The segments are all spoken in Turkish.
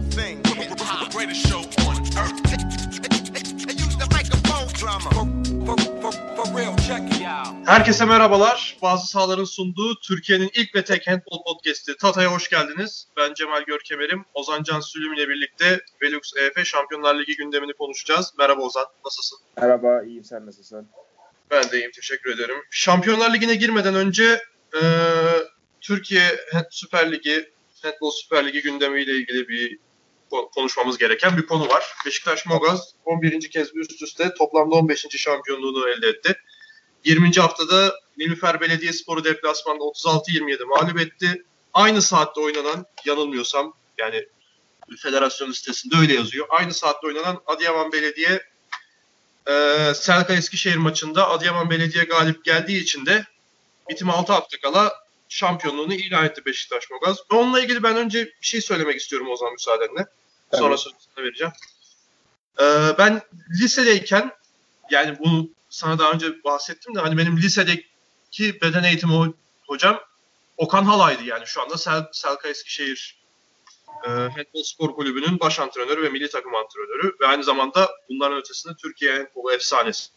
thing. Greatest show on earth. Use the microphone drama. For real, check it out. Herkese merhabalar. Bazı sahaların sunduğu Türkiye'nin ilk ve tek handball podcast'i Tata'ya hoş geldiniz. Ben Cemal Görkemer'im. Ozan Can Sülüm ile birlikte Velux EF Şampiyonlar Ligi gündemini konuşacağız. Merhaba Ozan, nasılsın? Merhaba, iyiyim. Sen nasılsın? Ben de iyiyim, teşekkür ederim. Şampiyonlar Ligi'ne girmeden önce Türkiye Süper Ligi, Handball Süper Ligi gündemiyle ilgili bir konuşmamız gereken bir konu var. Beşiktaş Mogaz 11. kez üst üste toplamda 15. şampiyonluğunu elde etti. 20. haftada Nilüfer Belediyespor'u deplasmanda 36-27 mağlup etti. Aynı saatte oynanan, yanılmıyorsam yani federasyon listesinde öyle yazıyor. Aynı saatte oynanan Adıyaman Belediye Selka Eskişehir maçında Adıyaman Belediye galip geldiği için de bitime 6 hafta kala şampiyonluğunu ilan etti Beşiktaş Mogaz. Onunla ilgili ben önce bir şey söylemek istiyorum Ozan müsaadenle. Sonra sözünü vereceğim. Ben lisedeyken, yani bunu sana daha önce bahsettim de hani benim lisedeki beden eğitimi hocam Okan Halay'dı, yani şu anda Selka Eskişehir Handball Spor Kulübü'nün baş antrenörü ve milli takım antrenörü ve aynı zamanda bunların ötesinde Türkiye handball efsanesi.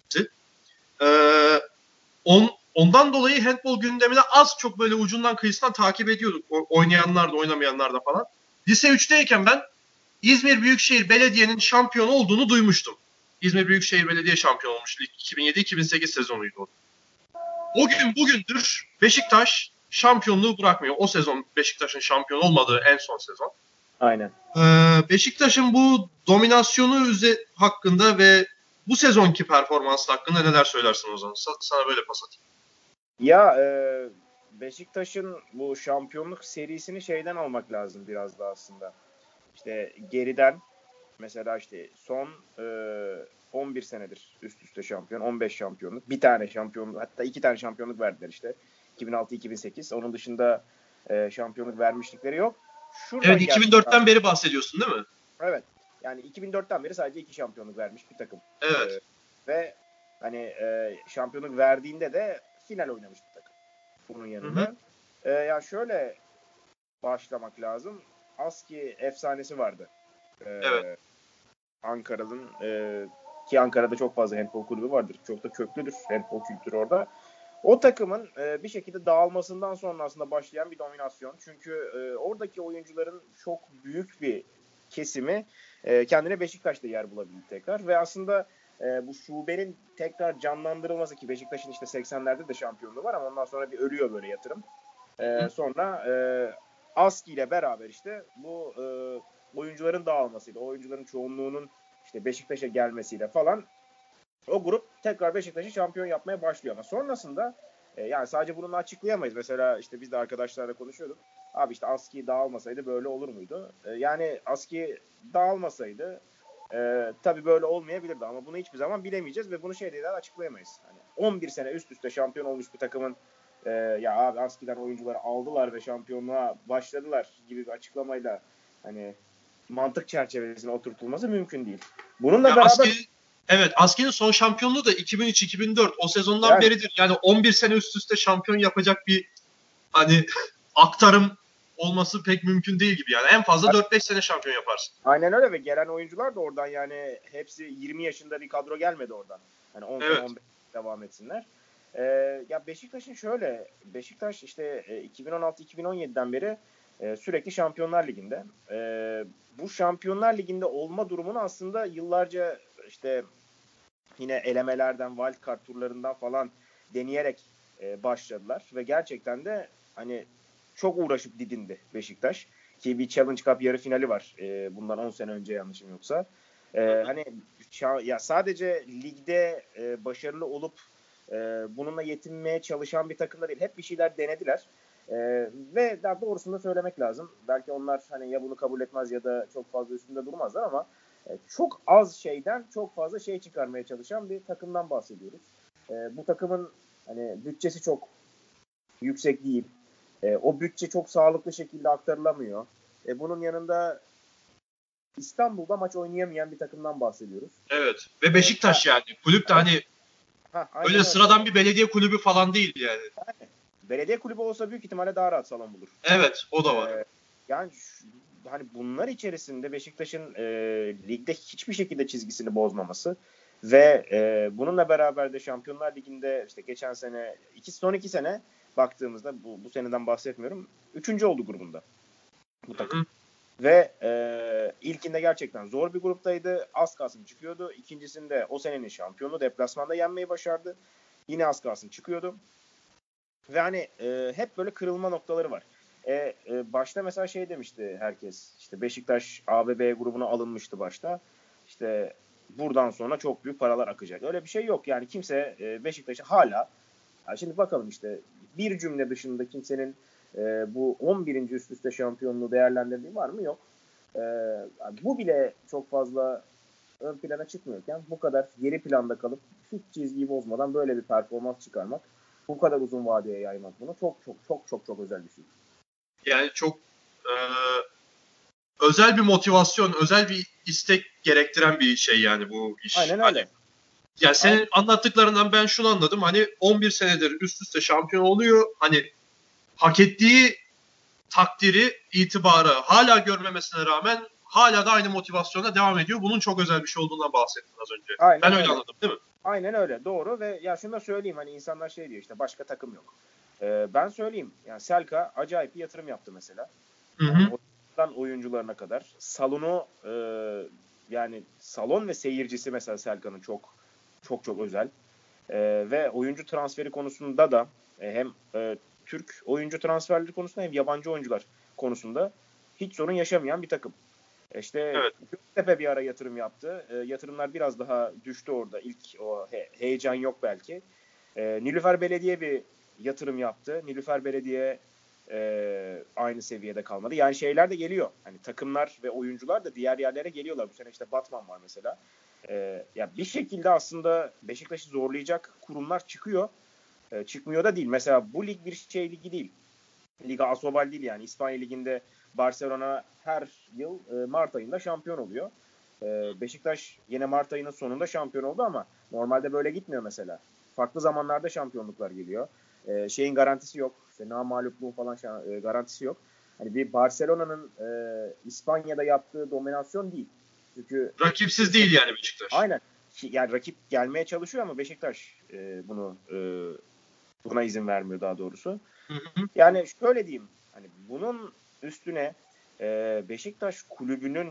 Ondan dolayı handball gündemini az çok böyle ucundan kıyısından takip ediyorduk. Oynayanlar da oynamayanlar da falan. Lise 3'teyken ben İzmir Büyükşehir Belediye'nin şampiyon olduğunu duymuştum. İzmir Büyükşehir Belediye şampiyon olmuş. 2007-2008 sezonuydu o. O gün bugündür Beşiktaş şampiyonluğu bırakmıyor. O sezon Beşiktaş'ın şampiyon olmadığı en son sezon. Aynen. Beşiktaş'ın bu dominasyonu hakkında ve bu sezonki performansı hakkında neler söylersin o zaman? Sana böyle pas atayım. Ya Beşiktaş'ın bu şampiyonluk serisini şeyden almak lazım biraz da aslında. İşte geriden mesela işte son 11 senedir üst üste şampiyon, 15 şampiyonluk, bir tane şampiyonluk, hatta 2 tane şampiyonluk verdiler işte. 2006-2008. Onun dışında şampiyonluk vermişlikleri yok. Şuradan evet, 2004'ten beri bahsediyorsun değil mi? Evet. Yani 2004'ten beri sadece 2 şampiyonluk vermiş bir takım. Evet. Ve hani şampiyonluk verdiğinde de final oynamış bir takım. Bunun yanında. Yani şöyle başlamak lazım. ASKİ efsanesi vardı. Evet. Ankara'nın ki Ankara'da çok fazla handball kulübü vardır. Çok da köklüdür handball kültürü orada. O takımın bir şekilde dağılmasından sonra aslında başlayan bir dominasyon. Çünkü oradaki oyuncuların çok büyük bir kesimi kendine Beşiktaş'ta yer bulabildi tekrar. Ve aslında bu şubenin tekrar canlandırılması, ki Beşiktaş'ın işte 80'lerde de şampiyonluğu var ama ondan sonra bir ölüyor böyle yatırım. Sonra ASKİ ile beraber işte bu oyuncuların dağılmasıyla, o oyuncuların çoğunluğunun işte Beşiktaş'a gelmesiyle falan o grup tekrar Beşiktaş'ı şampiyon yapmaya başlıyor. Ama sonrasında yani sadece bununla açıklayamayız. Mesela işte biz de arkadaşlarla konuşuyorduk. Abi işte ASKİ dağılmasaydı böyle olur muydu? Yani ASKİ dağılmasaydı tabii böyle olmayabilirdi ama bunu hiçbir zaman bilemeyeceğiz ve bunu şeyle açıklayamayız. Hani 11 sene üst üste şampiyon olmuş bir takımın ya abi ASKİ'den oyuncuları aldılar ve şampiyonluğa başladılar gibi bir açıklamayla hani mantık çerçevesine oturtulması mümkün değil. Bununla ya beraber ASKİ'nin son şampiyonluğu da 2003-2004. O sezondan yani, beridir. Yani 11 sene üst üste şampiyon yapacak bir hani aktarım olması pek mümkün değil gibi. Yani en fazla 4-5 sene şampiyon yaparsın. Aynen öyle ve gelen oyuncular da oradan, yani hepsi 20 yaşında bir kadro gelmedi oradan. Hani 10 evet. 15 devam etsinler. Ya Beşiktaş'ın şöyle, Beşiktaş işte 2016-2017'den beri sürekli Şampiyonlar Ligi'nde. Bu Şampiyonlar Ligi'nde olma durumunu aslında yıllarca işte yine elemelerden, wildcard turlarından falan deneyerek başladılar. Ve gerçekten de hani çok uğraşıp didindi Beşiktaş. Ki bir Challenge Cup yarı finali var. Bundan 10 sene önce yanlışım yoksa. Hani ya sadece ligde başarılı olup bununla yetinmeye çalışan bir takım da değil. Hep bir şeyler denediler. Ve daha doğrusunu da söylemek lazım. Belki onlar hani ya bunu kabul etmez ya da çok fazla üstünde durmazlar ama çok az şeyden çok fazla şey çıkarmaya çalışan bir takımdan bahsediyoruz. Bu takımın hani bütçesi çok yüksek değil. O bütçe çok sağlıklı şekilde aktarılamıyor. Bunun yanında İstanbul'da maç oynayamayan bir takımdan bahsediyoruz. Evet. Ve Beşiktaş yani. Kulüp de hani öyle sıradan bir belediye kulübü falan değil yani. Belediye kulübü olsa büyük ihtimalle daha rahat salon bulur. Evet. O da var. Yani hani bunlar içerisinde Beşiktaş'ın ligde hiçbir şekilde çizgisini bozmaması ve bununla beraber de Şampiyonlar Ligi'nde işte geçen sene son iki sene baktığımızda bu seneden bahsetmiyorum. 3. oldu grubunda bu takım. Ve ilkinde gerçekten zor bir gruptaydı. Az kalsın çıkıyordu. İkincisinde o senenin şampiyonu deplasmanda yenmeyi başardı. Yine az kalsın çıkıyordu. Ve hani hep böyle kırılma noktaları var. Başta mesela şey demişti herkes. İşte Beşiktaş A ve B grubuna alınmıştı başta. İşte buradan sonra çok büyük paralar akacak. Öyle bir şey yok. Yani kimse Beşiktaş'ı hala yani şimdi bakalım işte bir cümle dışında kimsenin bu 11. üst üste şampiyonluğu değerlendirdiği var mı? Yok. Bu bile çok fazla ön plana çıkmıyorken bu kadar geri planda kalıp hiç çizgiyi bozmadan böyle bir performans çıkarmak, bu kadar uzun vadeye yaymak bunu çok özel bir şey. Yani çok özel bir motivasyon, özel bir istek gerektiren bir şey yani bu iş. Aynen öyle. Hani, yani senin anlattıklarından ben şunu anladım. Hani 11 senedir üst üste şampiyon oluyor. Hani hak ettiği takdiri, itibarı hala görmemesine rağmen hala da aynı motivasyonla devam ediyor. Bunun çok özel bir şey olduğundan bahsettin az önce. Aynen ben öyle anladım değil mi? Aynen öyle. Doğru ve ya şunu da söyleyeyim hani insanlar şey diyor işte başka takım yok. Ben söyleyeyim yani Selka acayip bir yatırım yaptı mesela. Yani oyuncularına kadar. Salonu yani salon ve seyircisi mesela Selka'nın çok özel. Ve oyuncu transferi konusunda da hem Türk oyuncu transferleri konusunda hem yabancı oyuncular konusunda hiç sorun yaşamayan bir takım. İşte evet. Göztepe bir ara yatırım yaptı. Yatırımlar biraz daha düştü orada. İlk o heyecan yok belki. Nilüfer Belediye bir yatırım yaptı. Nilüfer Belediye aynı seviyede kalmadı. Yani şeyler de geliyor. Hani takımlar ve oyuncular da diğer yerlere geliyorlar. Bu sene işte Batman var mesela. Ya bir şekilde aslında Beşiktaş'ı zorlayacak kurumlar çıkıyor. Çıkmıyor da değil. Mesela bu lig bir şey ligi değil. Liga Asobal değil yani. İspanya Ligi'nde Barcelona her yıl Mart ayında şampiyon oluyor. Beşiktaş yine Mart ayının sonunda şampiyon oldu ama normalde böyle gitmiyor mesela. Farklı zamanlarda şampiyonluklar geliyor. Şeyin garantisi yok. İşte namağlupluğun falan garantisi yok. Hani bir Barcelona'nın İspanya'da yaptığı dominasyon değil. Çünkü rakipsiz değil yani Beşiktaş. Aynen. Yani rakip gelmeye çalışıyor ama Beşiktaş buna izin vermiyor daha doğrusu. Yani şöyle diyeyim. Hani bunun üstüne Beşiktaş kulübünün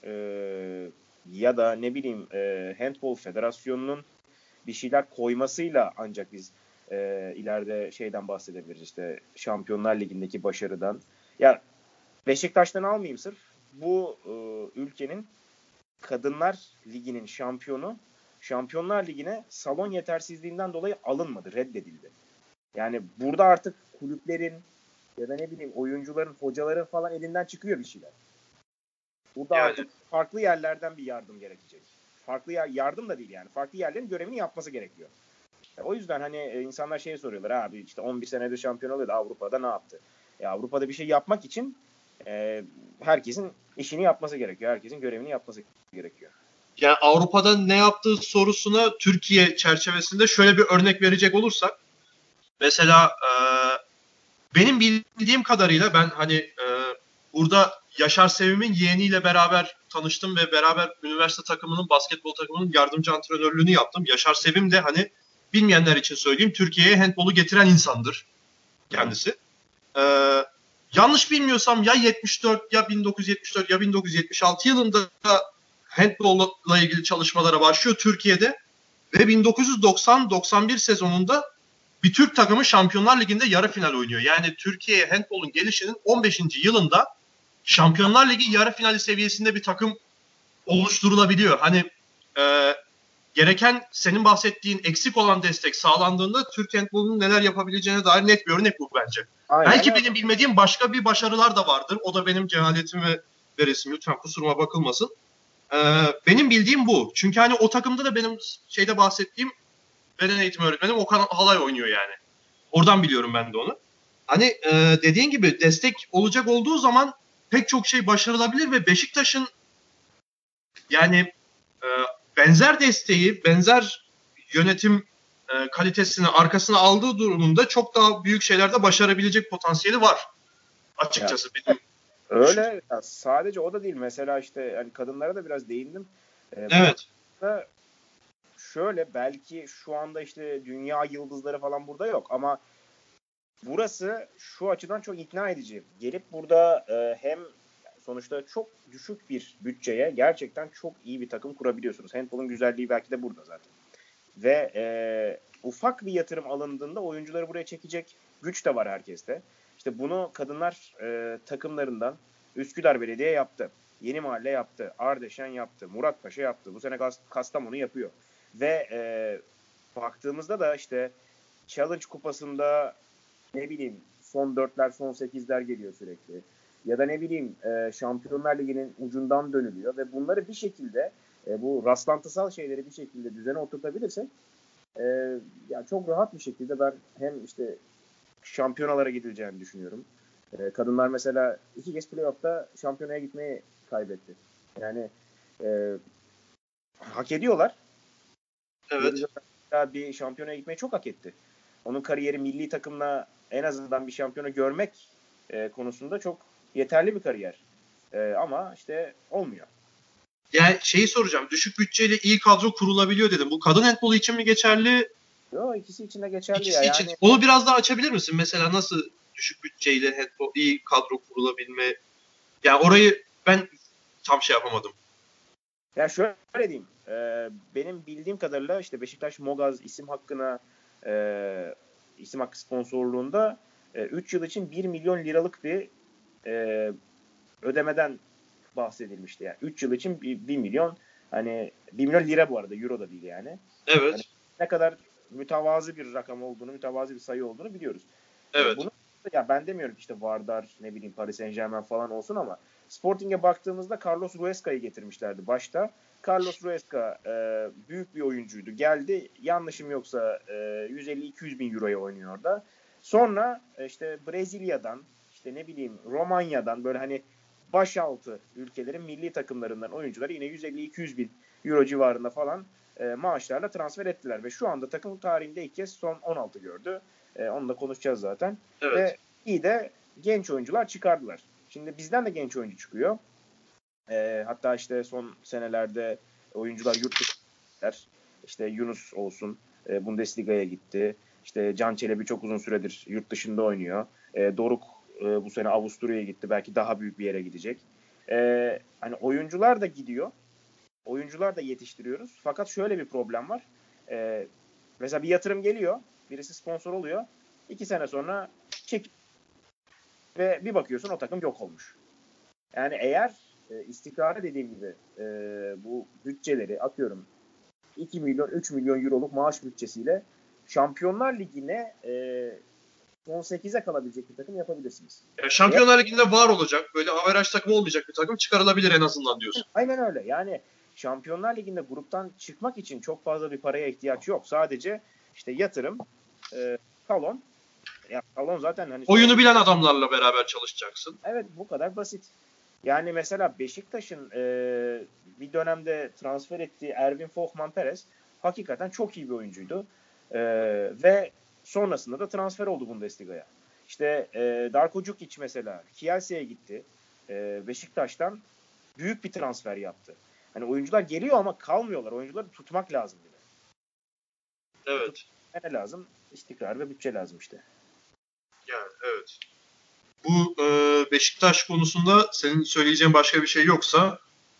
ya da ne bileyim Handball Federasyonu'nun bir şeyler koymasıyla ancak biz ileride şeyden bahsedebiliriz. İşte Şampiyonlar Ligi'ndeki başarıdan. Ya Beşiktaş'tan almayayım sırf. Bu ülkenin Kadınlar Ligi'nin şampiyonu Şampiyonlar Ligi'ne salon yetersizliğinden dolayı alınmadı, reddedildi. Yani burada artık kulüplerin ya da ne bileyim oyuncuların, hocaların falan elinden çıkıyor bir şeyler. Burada yani artık farklı yerlerden bir yardım gerekecek. Farklı yardım da değil yani. Farklı yerlerin görevini yapması gerekiyor. O yüzden hani insanlar şey soruyorlar abi işte 11 senedir şampiyon oluyordu Avrupa'da ne yaptı? Avrupa'da bir şey yapmak için herkesin işini yapması gerekiyor. Herkesin görevini yapması gerekiyor. Yani Avrupa'da ne yaptığı sorusuna Türkiye çerçevesinde şöyle bir örnek verecek olursak mesela benim bildiğim kadarıyla ben hani burada Yaşar Sevim'in yeğeniyle beraber tanıştım ve beraber üniversite takımının, basketbol takımının yardımcı antrenörlüğünü yaptım. Yaşar Sevim de hani bilmeyenler için söyleyeyim Türkiye'ye handbolu getiren insandır kendisi. Yanlış bilmiyorsam ya 74 ya 1974 ya 1976 yılında handbolla ilgili çalışmalara başlıyor Türkiye'de ve 1990-91 sezonunda bir Türk takımı Şampiyonlar Ligi'nde yarı final oynuyor. Yani Türkiye'ye handbolun gelişinin 15. yılında Şampiyonlar Ligi yarı finali seviyesinde bir takım oluşturulabiliyor. Hani gereken senin bahsettiğin eksik olan destek sağlandığında Türk handbolunun neler yapabileceğine dair net bir örnek bu bence. Aynen. Belki benim bilmediğim başka bir başarılar da vardır. O da benim cehaletim ve resim. Lütfen kusuruma bakılmasın. Benim bildiğim bu. Çünkü hani o takımda da benim şeyde bahsettiğim beden eğitimi öğretmenim Okan Halay oynuyor yani. Oradan biliyorum ben de onu. Hani dediğin gibi destek olacak olduğu zaman pek çok şey başarılabilir ve Beşiktaş'ın yani benzer desteği, benzer yönetim kalitesini arkasına aldığı durumunda çok daha büyük şeyler de başarabilecek potansiyeli var. Açıkçası benim Öyle. Ya sadece o da değil. Mesela işte hani kadınlara da biraz değindim. Evet. Burada şöyle belki şu anda işte dünya yıldızları falan burada yok ama burası şu açıdan çok ikna edici. Gelip burada hem sonuçta çok düşük bir bütçeye gerçekten çok iyi bir takım kurabiliyorsunuz. Handball'un güzelliği belki de burada zaten. Ve ufak bir yatırım alındığında oyuncuları buraya çekecek güç de var herkeste. İşte bunu kadınlar takımlarından Üsküdar Belediye yaptı. Yeni Mahalle yaptı. Ardeşen yaptı. Muratpaşa yaptı. Bu sene Kastamonu yapıyor. Ve baktığımızda da işte Challenge Kupası'nda ne bileyim son 4'ler son 8'ler geliyor sürekli. Ya da ne bileyim Şampiyonlar Ligi'nin ucundan dönülüyor ve bunları bir şekilde bu rastlantısal şeyleri bir şekilde düzene oturtabilirsek yani çok rahat bir şekilde ben hem işte şampiyonalara gidileceğini düşünüyorum. Kadınlar mesela 2 kez playoff'ta şampiyonaya gitmeyi kaybetti. Yani hak ediyorlar. Evet. Bir şampiyonaya gitmeyi çok hak etti. Onun kariyeri milli takımla en azından bir şampiyonu görmek konusunda çok yeterli bir kariyer. Ama işte olmuyor. Yani şeyi soracağım. Düşük bütçeyle iyi kadro kurulabiliyor dedim. Bu kadın handbolu için mi geçerli? Yok, ikisi için de geçerli İkisi ya. için. Yani Onu biraz daha açabilir misin? Mesela nasıl düşük bütçeyle handbol, iyi kadro kurulabilme? Yani orayı ben tam şey yapamadım. ya şöyle diyeyim. Benim bildiğim kadarıyla işte Beşiktaş Mogaz isim hakkı sponsorluğunda 3 yıl için 1 milyon liralık bir ödemeden bahsedilmişti. Yani 3 yıl için 1 milyon, hani 1 milyon lira bu arada, euro da değil yani. Evet. Yani ne kadar mütevazı bir rakam olduğunu, mütevazı bir sayı olduğunu biliyoruz. Evet. Bunu ya ben demiyorum ki işte Vardar, ne bileyim Paris Saint-Germain falan olsun ama Sporting'e baktığımızda Carlos Ruesca'yı getirmişlerdi başta. Carlos Ruesca büyük bir oyuncuydu. Geldi, yanlışım yoksa 150-200 bin euroya oynuyor orada. Sonra işte Brezilya'dan, işte ne bileyim Romanya'dan, böyle hani başaltı ülkelerin milli takımlarından oyuncuları yine 150-200 bin euro civarında falan maaşlarla transfer ettiler. Ve şu anda takım tarihinde ilk kez son 16 gördü. Onu da konuşacağız zaten. Evet. Ve iyi de genç oyuncular çıkardılar. Şimdi bizden de genç oyuncu çıkıyor. Hatta işte son senelerde oyuncular yurt dışında, işte Yunus olsun Bundesliga'ya gitti. İşte Can Çelebi çok uzun süredir yurt dışında oynuyor. Doruk bu sene Avusturya'ya gitti. Belki daha büyük bir yere gidecek. Hani oyuncular da gidiyor. Oyuncular da yetiştiriyoruz. Fakat şöyle bir problem var. Mesela bir yatırım geliyor. Birisi sponsor oluyor. 2 sene sonra çek ve bir bakıyorsun o takım yok olmuş. Yani eğer istikrarı dediğim gibi bu bütçeleri atıyorum 2 milyon 3 milyon euroluk maaş bütçesiyle Şampiyonlar Ligi'ne son 8'e kalabilecek bir takım yapabilirsiniz. Yani Şampiyonlar Ligi'nde var olacak, böyle averaj takımı olmayacak bir takım çıkarılabilir en azından diyorsun. Aynen öyle. Yani Şampiyonlar Ligi'nde gruptan çıkmak için çok fazla bir paraya ihtiyaç yok. Sadece işte yatırım, talon. Ya talon zaten hani Oyunu bilen adamlarla beraber çalışacaksın. evet, bu kadar basit. Yani mesela Beşiktaş'ın bir dönemde transfer ettiği Erwin Fochman Perez hakikaten çok iyi bir oyuncuydu. Ve sonrasında da transfer oldu Bundesliga'ya. İşte Darko Đukić mesela Kielce'ye gitti. Beşiktaş'tan büyük bir transfer yaptı. Hani oyuncular geliyor ama kalmıyorlar. Oyuncuları tutmak lazım bile. Evet. Ne lazım? İstikrar ve bütçe lazım işte. Yani evet. Bu Beşiktaş konusunda senin söyleyeceğin başka bir şey yoksa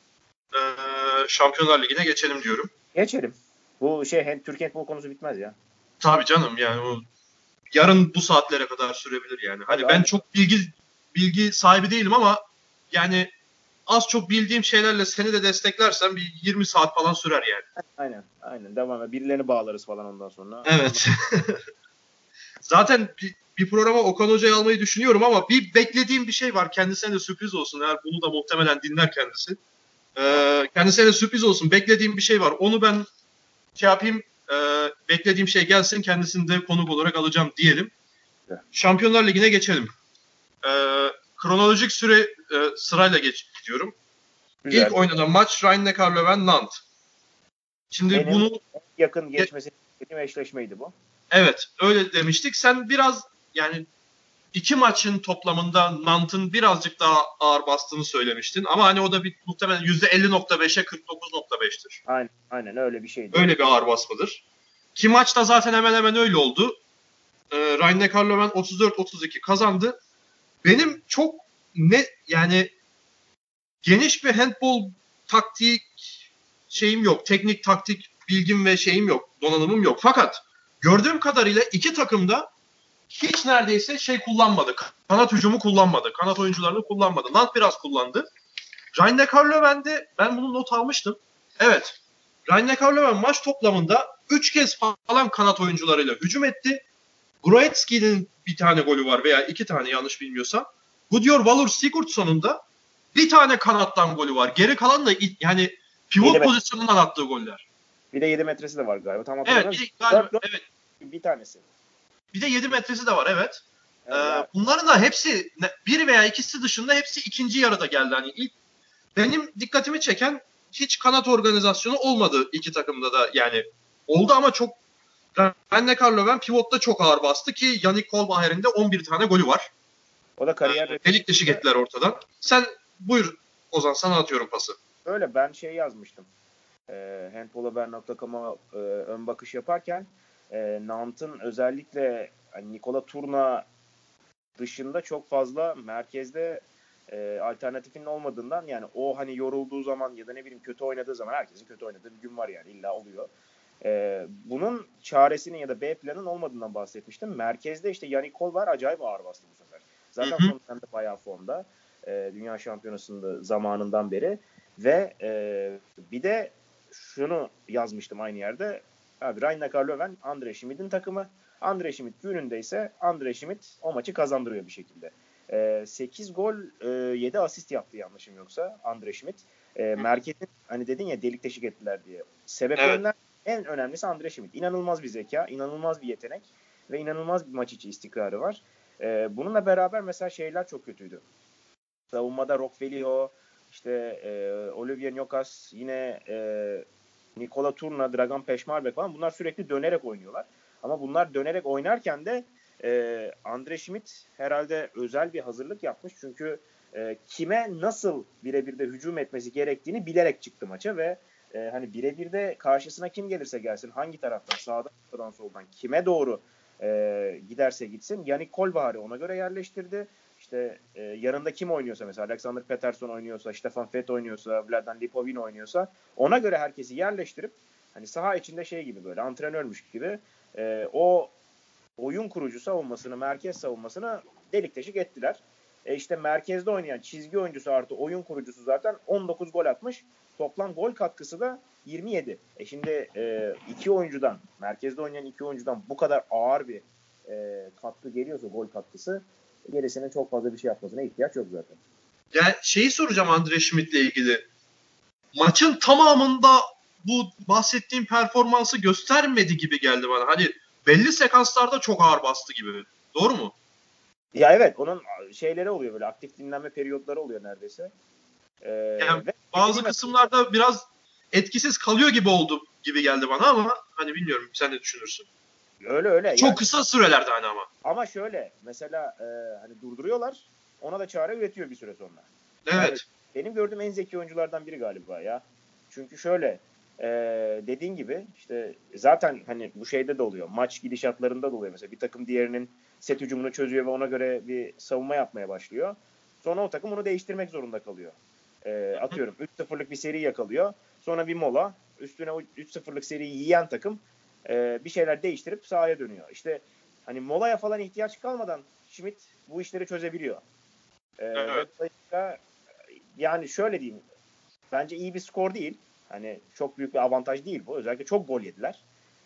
Şampiyonlar Ligi'ne geçelim diyorum. Geçelim. Bu Türkiye Handball konusu bitmez ya. Tabii canım, yani o yarın bu saatlere kadar sürebilir yani. Hani Tabii, ben abi. çok bilgi sahibi değilim ama yani az çok bildiğim şeylerle seni de desteklersem bir 20 saat falan sürer yani. Aynen devam et. Birilerini bağlarız falan ondan sonra. Evet. Zaten bir programa Okan Hoca'yı almayı düşünüyorum ama bir beklediğim bir şey var. Kendisine de sürpriz olsun. Eğer bunu da muhtemelen dinler kendisi. Kendisine de sürpriz olsun. Beklediğim bir şey var. Onu ben yapayım. Beklediğim şey gelsin. Kendisini de konuk olarak alacağım diyelim. Evet. Şampiyonlar Ligi'ne geçelim. Kronolojik sırayla gidiyorum. Güzel. İlk oynanan maç Rhein-Neckar Löwen-Nantes. Şimdi Benim bunu yakın geçmesi istediğim eşleşmeydi bu. evet öyle demiştik. Sen biraz yani iki maçın toplamında Nant'ın birazcık daha ağır bastığını söylemiştin. Ama hani o da muhtemelen %50.5'e 49.5'tir. Aynen öyle bir şeydi. Öyle bir ağır basmadır. Ki maçta zaten hemen hemen öyle oldu. Rhein-Neckar-Löwen 34-32 kazandı. Benim çok yani geniş bir handball taktik şeyim yok. Teknik taktik bilgim ve şeyim yok. Donanımım yok. Fakat gördüğüm kadarıyla iki takım da hiç neredeyse kullanmadı. Kanat hücumu kullanmadı. Kanat oyuncularını kullanmadı. Nant biraz kullandı. Rhein-Neckar-Löwen'de ben bunu not almıştım. Evet. Rhein-Neckar-Löwen maç toplamında 3 kez falan kanat oyuncularıyla hücum etti. Gruetzky'nin bir tane golü var veya 2 tane yanlış bilmiyorsam. Gudjor Valur Sigurdsson'un da bir tane kanattan golü var. Geri kalan da yani pivot pozisyonundan attığı goller. Bir de 7 metresi de var galiba. Tam evet, galiba, evet. Bir tanesi. Bir de 7 metresi de var evet. Bunların da hepsi bir veya ikisi dışında hepsi ikinci yarıda geldi. Hani ilk benim dikkatimi çeken hiç kanat organizasyonu olmadı iki takımda da yani. Oldu ama çok Rhein-Neckar-Löwen pivotta çok ağır bastı ki Yannick Kohlmacher'in de 11 tane golü var. O da kariyer delik deşik ettiler ortadan. Sen buyur Ozan, sana atıyorum pası. Öyle ben yazmıştım. Handballhaber.com'a ön bakış yaparken Nant'ın özellikle hani Nikola Turna dışında çok fazla merkezde alternatifinin olmadığından yani o hani yorulduğu zaman ya da ne bileyim kötü oynadığı zaman herkesin kötü oynadığı bir gün var yani illa oluyor. Bunun çaresinin ya da B planın olmadığından bahsetmiştim. Merkezde işte Yannick Kohl acayip ağır bastı bu sefer. Zaten son dönemde bayağı formda. Dünya Şampiyonası'nda zamanından beri ve bir de şunu yazmıştım aynı yerde. Abi Rhein-Neckar-Löwen Andre Schmidt'in takımı. Andre Schmidt gününde ise Andre Schmidt o maçı kazandırıyor bir şekilde. 8 gol 7 asist yaptı yanlışım yoksa Andre Schmidt. Merkezin hani dedin ya delik deşik ettiler diye. Sebeplerinden en önemlisi Andre Schmidt. İnanılmaz bir zeka, inanılmaz bir yetenek ve inanılmaz bir maç içi istikrarı var. Bununla beraber mesela şeyler çok kötüydü. Savunmada Rockvelio, işte Olivier Njokas, yine Nikola Turna, Dragan Peşmarbek falan bunlar sürekli dönerek oynuyorlar. Ama bunlar dönerek oynarken de Andre Schmidt herhalde özel bir hazırlık yapmış. Çünkü kime nasıl birebir de hücum etmesi gerektiğini bilerek çıktı maça ve hani birebir de karşısına kim gelirse gelsin, hangi taraftan, sağdan soldan kime doğru giderse gitsin. Yannick Kohlbacher'i ona göre yerleştirdi. İşte yanında kim oynuyorsa mesela Alexander Peterson oynuyorsa, Stefan Fett oynuyorsa, Vladan Lipovin oynuyorsa ona göre herkesi yerleştirip hani saha içinde şey gibi böyle antrenörmüş gibi o oyun kurucu savunmasını, merkez savunmasını delik deşik ettiler. İşte merkezde oynayan çizgi oyuncusu artı oyun kurucusu zaten 19 gol atmış. Toplam gol katkısı da 27. Şimdi iki oyuncudan, merkezde oynayan iki oyuncudan bu kadar ağır bir katkı geliyorsa, gol katkısı, gerisinin çok fazla bir şey yapmasına ihtiyaç yok zaten. Yani şeyi soracağım Andre Schmidt'le ilgili. Maçın tamamında bu bahsettiğim performansı göstermedi gibi geldi bana. Hani belli sekanslarda çok ağır bastı gibi. Doğru mu? Ya evet, onun şeyleri oluyor böyle, aktif dinlenme periyotları oluyor neredeyse. Yani bazı kısımlarda biraz etkisiz kalıyor gibi oldu gibi geldi bana ama hani bilmiyorum, sen ne düşünürsün? Öyle. Çok yani, kısa sürelerde hani ama. Ama şöyle mesela hani durduruyorlar, ona da çare üretiyor bir süre sonra. Evet. Yani benim gördüğüm en zeki oyunculardan biri galiba ya. Çünkü şöyle dediğin gibi işte zaten hani bu şeyde de oluyor. Maç gidişatlarında da oluyor. Mesela bir takım diğerinin set hücumunu çözüyor ve ona göre bir savunma yapmaya başlıyor. Sonra o takım onu değiştirmek zorunda kalıyor. Atıyorum 3-0'lık bir seri yakalıyor. Sonra bir mola. Üstüne 3-0'lık seriyi yiyen takım bir şeyler değiştirip sahaya dönüyor. İşte hani molaya falan ihtiyaç kalmadan Schmidt bu işleri çözebiliyor. Evet. Yani şöyle diyeyim. Bence iyi bir skor değil. Hani çok büyük bir avantaj değil bu. Özellikle çok gol yediler.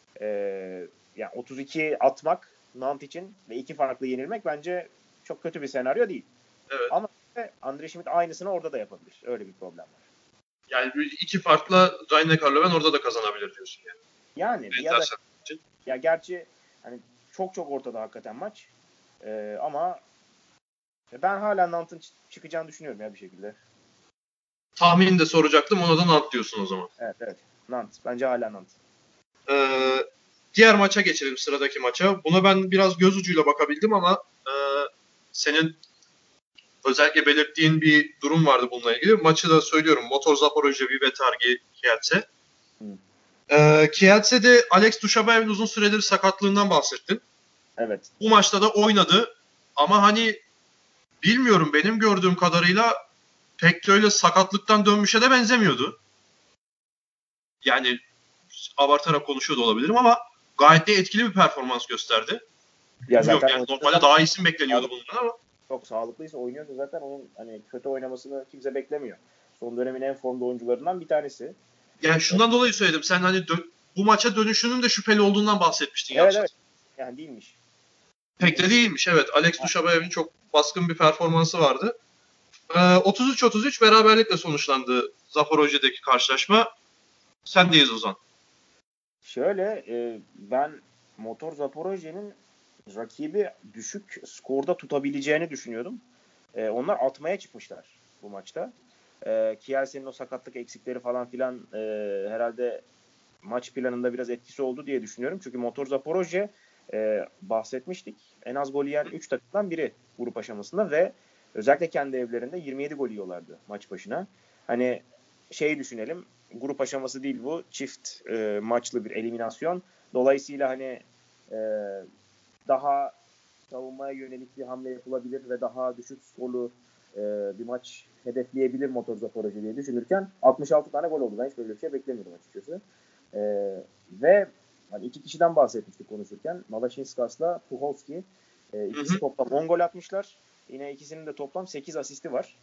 Yani 32 atmak Nantes için ve iki farklı yenilmek bence çok kötü bir senaryo değil. Evet. Ama Andre Schmidt aynısını orada da yapabilir. Öyle bir problem var. Yani iki farklı Rhein-Neckar-Löwen orada da kazanabilir diyorsun yani. Yani ya gerçi hani çok ortada hakikaten maç. Ama ben hala Nantes'ın çıkacağını düşünüyorum ya bir şekilde. Tahmini de soracaktım, ona da Nantes diyorsun o zaman. Evet. Nantes. Bence hala Nantes. Diğer maça geçelim, sıradaki maça. Buna ben biraz göz ucuyla bakabildim ama senin özellikle belirttiğin bir durum vardı bununla ilgili. Maçı da söylüyorum. Motor Zaporojye, Vivetargi, Kielce. Kielce'de Alex Dushabayev'in uzun süredir sakatlığından bahsettin. Evet. Bu maçta da oynadı. Ama hani bilmiyorum, benim gördüğüm kadarıyla pek de öyle sakatlıktan dönmüşe de benzemiyordu. Yani abartarak konuşuyor da olabilirim ama gayet de etkili bir performans gösterdi. Ya Bilmiyorum zaten yani, normalde daha iyisi mi bekleniyordu bundan ama. çok sağlıklıysa oynuyorsa zaten onun hani kötü oynamasını kimse beklemiyor. Son dönemin en formda oyuncularından bir tanesi. Yani şundan dolayı söyledim. Sen hani bu maça dönüşünün de şüpheli olduğundan bahsetmiştin. Evet. Yani değilmiş. Pek de değilmiş. Evet. Alex Dushabayev'in çok baskın bir performansı vardı. 33-33 beraberlikle sonuçlandı Zaporojye'deki karşılaşma. Sendeyiz Ozan. Şöyle ben Motor Zaporojye'nin rakibi düşük skorda tutabileceğini düşünüyordum. Onlar atmaya çıkmışlar bu maçta. Kielce'nin o sakatlık eksikleri falan filan herhalde maç planında biraz etkisi oldu diye düşünüyorum. Çünkü Motor Zaporojye bahsetmiştik. En az gol yiyen 3 takımdan biri grup aşamasında ve özellikle kendi evlerinde 27 gol yiyorlardı maç başına. Hani düşünelim, grup aşaması değil bu. Çift maçlı bir eliminasyon. Dolayısıyla hani daha savunmaya yönelik bir hamle yapılabilir ve daha düşük skorlu bir maç hedefleyebilir Motor Zaporojye diye düşünürken 66 tane gol oldu. Ben hiç böyle bir şey beklemiyordum açıkçası. Ve hani iki kişiden bahsetmiştik konuşurken. Malašinskas Puchovski. İkisi toplam 10 gol atmışlar. Yine ikisinin de toplam 8 asisti var.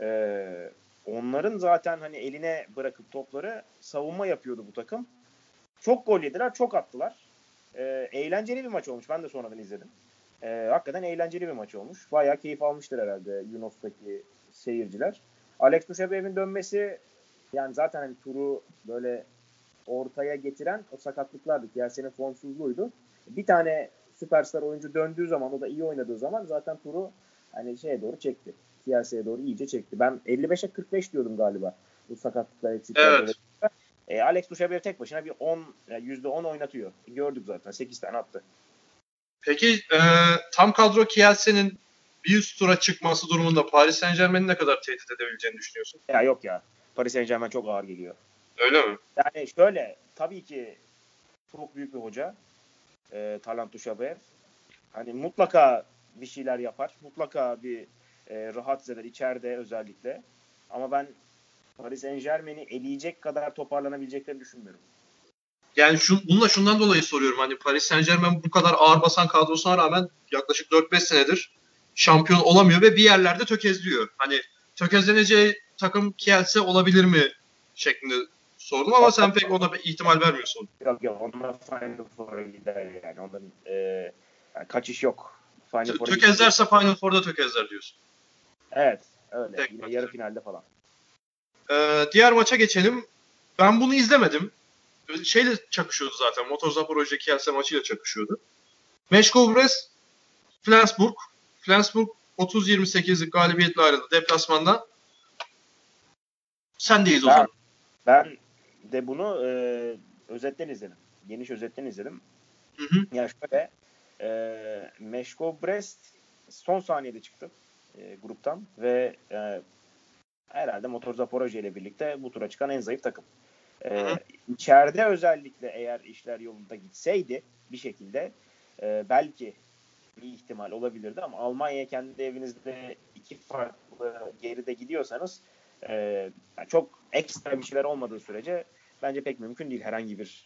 Onların zaten hani eline bırakıp topları savunma yapıyordu bu takım. Çok gol yediler, çok attılar. Eğlenceli bir maç olmuş. Ben de sonradan izledim. Hakikaten eğlenceli bir maç olmuş. Bayağı keyif almıştır herhalde Yunus'taki seyirciler. Alex Dushabayev'in dönmesi, yani zaten hani turu böyle ortaya getiren o sakatlıklardı. Kielce'nin formsuzluğuydu. Bir tane süperstar oyuncu döndüğü zaman, o da iyi oynadığı zaman zaten turu hani doğru çekti. Kielce'ye doğru iyice çekti. Ben 55'e 45 diyordum galiba bu sakatlıklar eksikler. Evet. Alex Dushabayev tek başına bir %10 oynatıyor. Gördük zaten. 8 tane attı. Peki tam kadro Kielce'nin bir üst tura çıkması durumunda Paris Saint-Germain'i ne kadar tehdit edebileceğini düşünüyorsun? Ya yok ya. Paris Saint-Germain çok ağır geliyor. Öyle mi? Yani şöyle, tabii ki çok büyük bir hoca. Talant Dushabayev. Hani mutlaka bir şeyler yapar. Mutlaka bir rahatsız eder içeride özellikle. Ama ben Paris Saint-Germain'i eleyecek kadar toparlanabileceklerini düşünmüyorum. Yani bununla şundan dolayı soruyorum. Hani Paris Saint-Germain bu kadar ağır basan kadrosuna rağmen yaklaşık 4-5 senedir şampiyon olamıyor ve bir yerlerde tökezliyor. Hani tökezleneceği takım Kielce olabilir mi şeklinde sordum ama sen pek ona bir ihtimal vermiyorsun. Yok, onlar Final Four'a gider yani. Onların yani kaçış yok. Final Four'a Tökezlerse Final Four'da tökezler diyorsun. Evet, öyle. Tek Yine maç. yarı finalde falan. Diğer maça geçelim. Ben bunu izlemedim. Şeyle çakışıyordu zaten. Motor Zaporojye Kielce maçıyla çakışıyordu. Meshkov Brest, Flensburg. Flensburg 30-28'lik galibiyetle ayrıldı deplasmandan. Sendeyiz o zaman. Ben de bunu özetten izledim. Geniş özetten izledim. Hı. Yani şöyle, Meshkov Brest son saniyede çıktı gruptan ve herhalde Motor Zaporojye ile birlikte bu tura çıkan en zayıf takım. İçeride özellikle eğer işler yolunda gitseydi bir şekilde belki bir ihtimal olabilirdi ama Almanya'ya kendi evinizde 2 farklı geride gidiyorsanız yani çok ekstra bir şeyler olmadığı sürece bence pek mümkün değil herhangi bir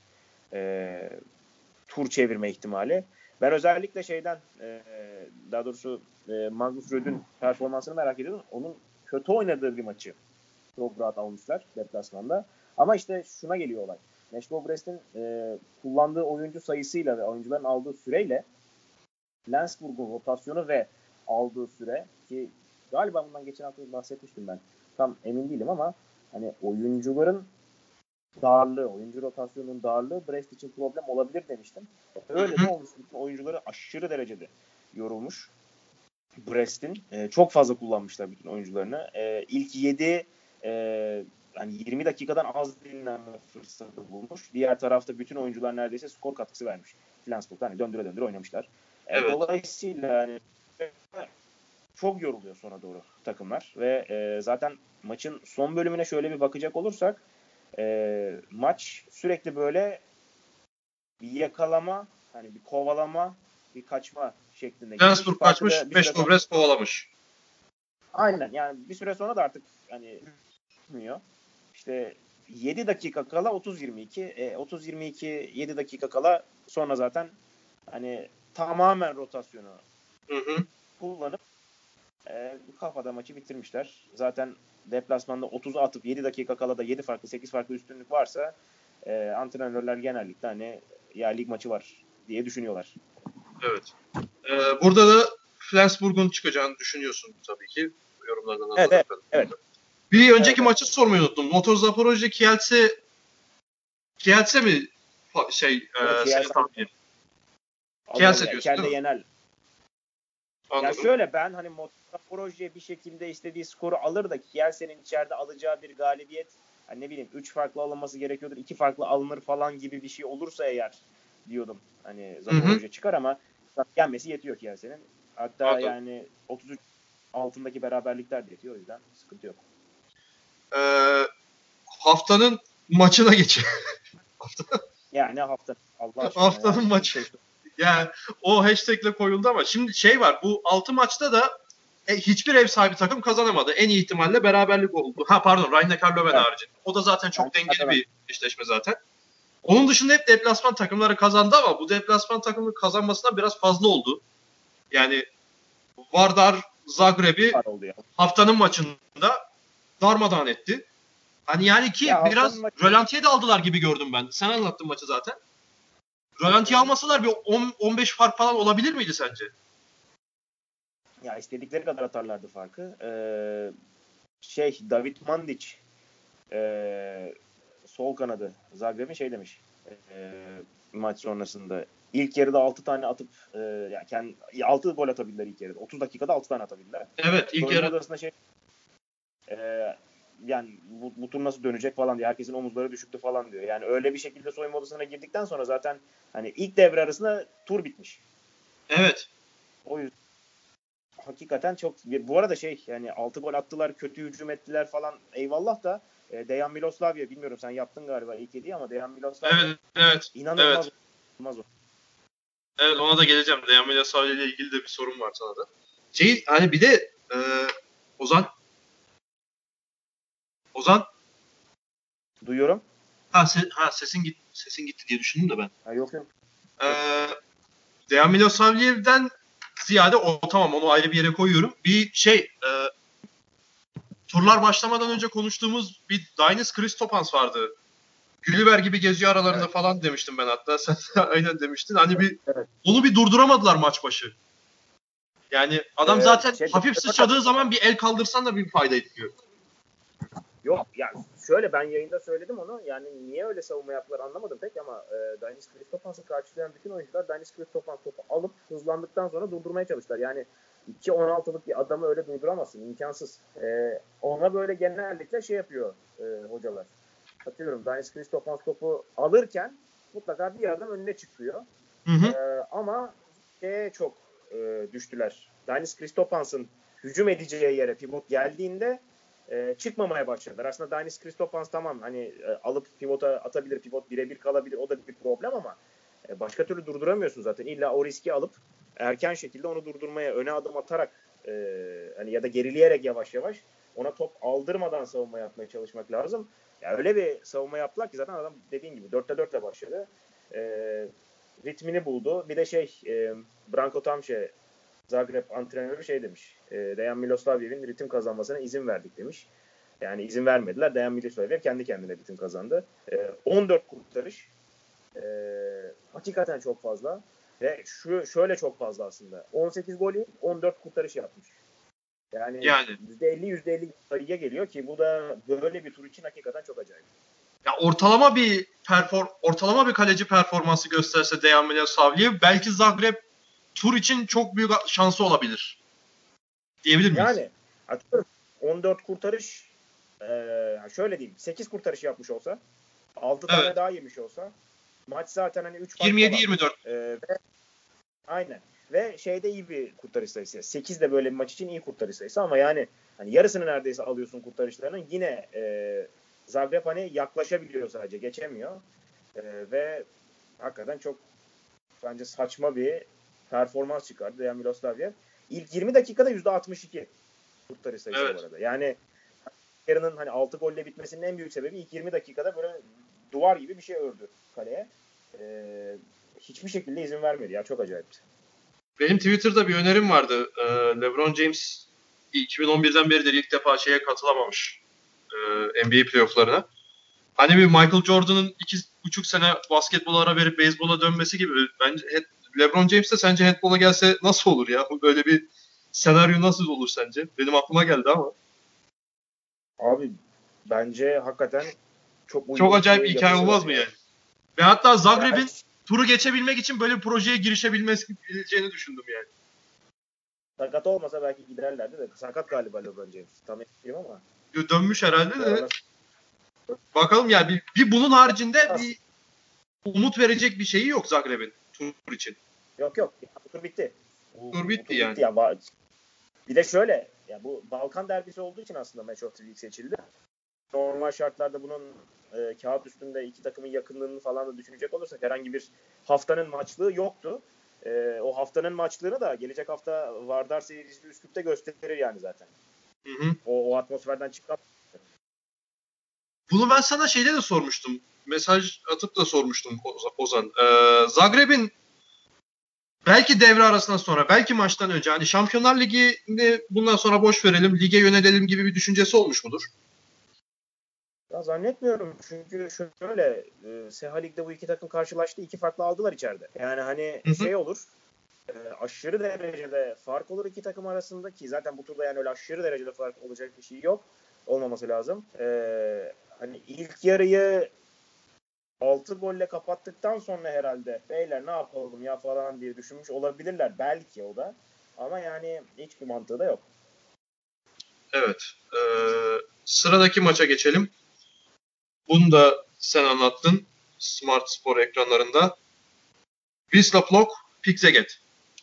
tur çevirme ihtimali. Ben özellikle daha doğrusu Magnus Röd'ün performansını merak ediyordum. Onun kötü oynadığı bir maçı çok rahat almışlar deplasmanda. Ama işte şuna geliyor olay. Meshkov Brest'in kullandığı oyuncu sayısıyla ve oyuncuların aldığı süreyle Flensburg'un rotasyonu ve aldığı süre, ki galiba bundan geçen hafta bahsetmiştim ben. Tam emin değilim ama hani oyuncuların darlığı, oyuncu rotasyonunun darlığı Brest için problem olabilir demiştim. Öyle de olmuş. Bütün oyuncuları aşırı derecede yorulmuş. Brest'in çok fazla kullanmışlar bütün oyuncularını. İlk 7 yani 20 dakikadan az dinlenme fırsatı bulmuş. Diğer tarafta bütün oyuncular neredeyse skor katkısı vermiş. Flensburg'da hani döndüre döndüre oynamışlar. Evet. Dolayısıyla hani çok yoruluyor sonra doğru takımlar ve zaten maçın son bölümüne şöyle bir bakacak olursak maç sürekli böyle bir yakalama, hani bir kovalama, bir kaçma şeklinde gitmiş. Flensburg Farkı kaçmış, da bir süre sonra, Beşiktaş kovalamış. aynen yani bir süre sonra da artık hani tutmuyor. İşte 7 dakika kala 30-22, 30-22 7 dakika kala sonra zaten hani tamamen rotasyonu Hı hı. kullanıp kafada maçı bitirmişler. Zaten deplasmanda 30'a atıp 7 dakika kala da 7 farklı 8 farklı üstünlük varsa antrenörler genellikle hani ya lig maçı var diye düşünüyorlar. Evet. Burada da Flensburg'un çıkacağını düşünüyorsun tabii ki. Yorumlardan anladım. Evet. Bir önceki Evet. maçı sormayı unuttum. Motor Zaporojye Kielce mi senin tahminin? Kielce diyorsun İçeride değil mi? yener. Anladım. Ya şöyle ben hani Motorojye bir şekilde istediği skoru alır da Kielce'nin içeride alacağı bir galibiyet hani ne bileyim 3 farklı alınması gerekiyordur. 2 farklı alınır falan gibi bir şey olursa eğer diyordum. Hani Zaporojye çıkar ama yenmesi yetiyor Kielce'nin. Hatta Anladım. yani 33 altındaki beraberlikler de yetiyor. O yüzden sıkıntı yok. Haftanın maçına geçelim. Yani hafta Allah aşkına Haftanın yani. maçı. Yani o hashtagle koyuldu ama şimdi şey var. Bu 6 maçta da hiçbir ev sahibi takım kazanamadı. En iyi ihtimalle beraberlik oldu. Pardon, Rhein-Neckar Löwen Evet. haricinde. O da zaten çok Yani dengeli bir eşleşme zaten. Onun dışında hep deplasman takımları kazandı ama bu deplasman takımı kazanmasına biraz fazla oldu. Yani Vardar Zagreb'i oldu ya. haftanın maçında darmadağın etti. Hani yani ki Ya biraz rölantiye de aldılar gibi gördüm ben. Sen anlattın maçı zaten. Rölantiye almasalar bir 10-15 fark falan olabilir miydi sence? Ya istedikleri kadar atarlardı farkı. David Mandic sol kanadı Zagreb'in demiş maç sonrasında. İlk yarıda 6 tane atıp yani 6 gol atabildiler ilk yarıda. 30 dakikada 6 tane atabildiler. Evet, ilk Soyunma yarı odasında yani bu tur nasıl dönecek falan diye. Herkesin omuzları düşüktü falan diyor. Yani öyle bir şekilde soyunma odasına girdikten sonra zaten hani ilk devre arasında tur bitmiş. evet. O yüzden hakikaten çok bu arada yani 6 gol attılar, kötü hücum ettiler falan eyvallah da Dejan Miloslavia bilmiyorum sen yaptın galiba ilk yediği ama Dejan Miloslavia Evet. inanılmaz Evet. olmaz o. Evet, ona da geleceğim. Dejan Milosavljevic ile ilgili de bir sorun var sana da. Hani bir de Ozan Duyuyorum. Sesin gitti diye düşündüm de ben. Ha, yok. Dejan Milosavljevic'den ziyade tamam, onu ayrı bir yere koyuyorum. Turlar başlamadan önce konuştuğumuz bir Dainis Kristopans vardı. Gülliver gibi geziyor aralarında falan demiştim ben hatta. Sen aynen demiştin. Hani onu bir durduramadılar maç başı. Yani adam zaten hafif sıçradığı zaman bir el kaldırsan da bir fayda etmiyor. Yok yani şöyle ben yayında söyledim onu. Yani niye öyle savunma yaptılar anlamadım pek ama Dainis Kristopans'ı karşılayan bütün oyuncular Dainis Kristopans topu alıp hızlandıktan sonra durdurmaya çalıştılar. Yani 2.16'lık bir adamı öyle durduramazsın. İmkansız. Ona böyle genellikle yapıyor hocalar. Atıyorum Dainis Kristopans topu alırken mutlaka bir adam önüne çıkıyor. Ama çok düştüler. Dainis Kristopans'ın hücum edeceği yere pivot geldiğinde çıkmamaya başladılar. Aslında Dainis Kristopans tamam hani alıp pivota atabilir, pivot birebir kalabilir. O da bir problem ama başka türlü durduramıyorsun zaten. İlla o riski alıp erken şekilde onu durdurmaya, öne adım atarak hani ya da gerileyerek yavaş yavaş ona top aldırmadan savunma yapmaya çalışmak lazım. Ya öyle bir savunma yaptılar ki zaten adam dediğin gibi 4'te 4'le başladı. Ritmini buldu. Bir de Branko Tamše Zagreb antrenörü demiş. Dejan Miloslavljevic'in ritim kazanmasına izin verdik demiş. Yani izin vermediler. Dejan Miloslavljevic kendi kendine ritim kazandı. 14 kurtarış. Hakikaten çok fazla. Ve şöyle çok fazla aslında. 18 golü 14 kurtarış yapmış. Yani %50 %50 sayıya geliyor ki bu da böyle bir tur için hakikaten çok acayip. Ya ortalama bir kaleci performansı gösterse Dejan Milosavljevic belki Zagreb tur için çok büyük şansı olabilir. Diyebilir miyiz? Yani atıyorum 14 kurtarış şöyle diyeyim 8 kurtarış yapmış olsa 6 tane daha yemiş olsa maç zaten hani 3 fark 27-24. Aynen. Ve şeyde iyi bir kurtarış sayısı. 8 de böyle bir maç için iyi kurtarış sayısı ama yani hani yarısını neredeyse alıyorsun kurtarışlarının. Yine Zagreb hani yaklaşabiliyor, sadece geçemiyor. Ve hakikaten çok bence saçma bir performans çıkardı Dejan Miloslavljev. İlk 20 dakikada %62 kurtarış sayısı Evet. bu arada. Yani yarının hani 6 golle bitmesinin en büyük sebebi ilk 20 dakikada böyle duvar gibi bir şey ördü kaleye. Hiçbir şekilde izin vermedi ya, çok acayipti. Benim Twitter'da bir önerim vardı. LeBron James 2011'den beridir ilk defa şeye katılamamış. NBA playofflarına. Hani bir Michael Jordan'ın 2,5 sene basketbola ara verip beyzbola dönmesi gibi. Bence LeBron James de sence handbola gelse nasıl olur ya? Böyle bir senaryo nasıl olur sence? Benim aklıma geldi ama. Abi bence hakikaten çok Çok uygun acayip bir bir hikaye yapısı olmaz var mı ya. yani? Ve hatta Yani Zagreb'in turu geçebilmek için böyle bir projeye girişebileceğini düşündüm yani. sakat olmasa belki giderlerdi de sakat galiba LeBron James. Tam emin değilim ama. Dönmüş herhalde Bu de. aralar Bakalım ya bir bunun haricinde bir umut verecek bir şeyi yok Zagreb'in tur için. yok. Bu tur bitti. Tur Bu bitti tur yani. bitti ya. Bir de şöyle ya, bu Balkan derbisi olduğu için aslında Match of the Week seçildi. Normal şartlarda bunun kağıt üstünde iki takımın yakınlığını falan da düşünecek olursak herhangi bir haftanın maçlığı yoktu. O haftanın maçlığını da gelecek hafta Vardar seyircisi Üsküp'te gösterir yani zaten. Hı. O atmosferden çıkan. Bunu ben sana şeyde de sormuştum. Mesaj atıp da sormuştum Ozan. Zagreb'in belki devre arasından sonra, belki maçtan önce hani Şampiyonlar Ligi'ni bundan sonra boş verelim, lige yönelelim gibi bir düşüncesi olmuş mudur? Ya zannetmiyorum çünkü şöyle Seha Lig'de bu iki takım karşılaştı. İki farklı aldılar içeride. Yani hani Hı hı. şey olur, aşırı derecede fark olur iki takım arasında ki zaten bu turda yani öyle aşırı derecede fark olacak bir şey yok. Olmaması lazım. Hani ilk yarıyı 6 golle kapattıktan sonra herhalde beyler ne yapalım ya falan diye düşünmüş olabilirler. Belki o da. Ama yani hiçbir mantığı da yok. Evet. Sıradaki maça geçelim. Bunu da sen anlattın. Smart Spor ekranlarında. Wisla Plock, Pikzeget.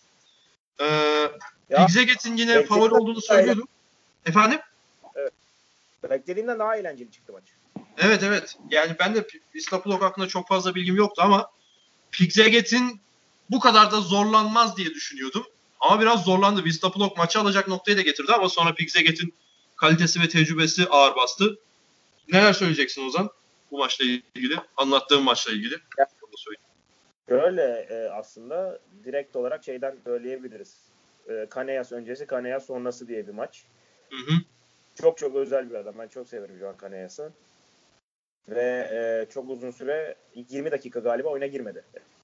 Ya Pikzeget'in yine favori beklediğimden olduğunu daha söylüyordum. Efendim? beklediğimden daha eğlenceli çıktı maç. Evet. Yani ben de Wisla Plock hakkında çok fazla bilgim yoktu ama Pikzeget'in bu kadar da zorlanmaz diye düşünüyordum. Ama biraz zorlandı. Wisla Plock maçı alacak noktayı da getirdi ama sonra Pikzeget'in kalitesi ve tecrübesi ağır bastı. Neler söyleyeceksin Ozan bu maçla ilgili? Anlattığım maçla ilgili. Ya, Onu söyleyeyim. şöyle aslında direkt olarak şeyden söyleyebiliriz. Kaneyas öncesi, Kaneyas sonrası diye bir maç. Hı. Çok özel bir adam. Ben çok severim Johan Kaneyas'ı. Ve çok uzun süre ilk 20 dakika galiba oyuna girmedi.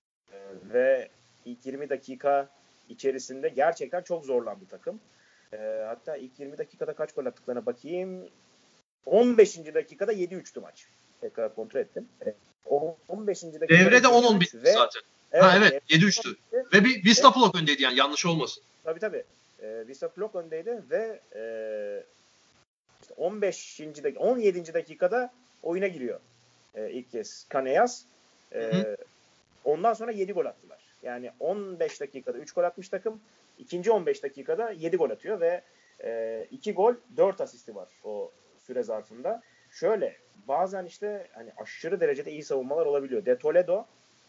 Ve ilk 20 dakika içerisinde gerçekten çok zorlandı takım. Hatta ilk 20 dakikada kaç gol attıklarına bakayım. 15. dakikada 7-3'tü maç. Tekrar kontrol ettim. O 15. dakikada Devrede 10-10 7-3 bitti ve zaten. evet, Evet 7-3'tü. Ve bir Wisla Plock öndeydi yani yanlış olmasın. tabii. Wisla Plock öndeydi ve işte 17. dakikada oyuna giriyor ilk kez Kaneyas. Ondan sonra 7 gol attılar. Yani 15 dakikada 3 gol atmış takım. İkinci 15 dakikada 7 gol atıyor ve 2 gol 4 asisti var o süre zarfında. Şöyle bazen işte hani aşırı derecede iyi savunmalar olabiliyor. De Toledo,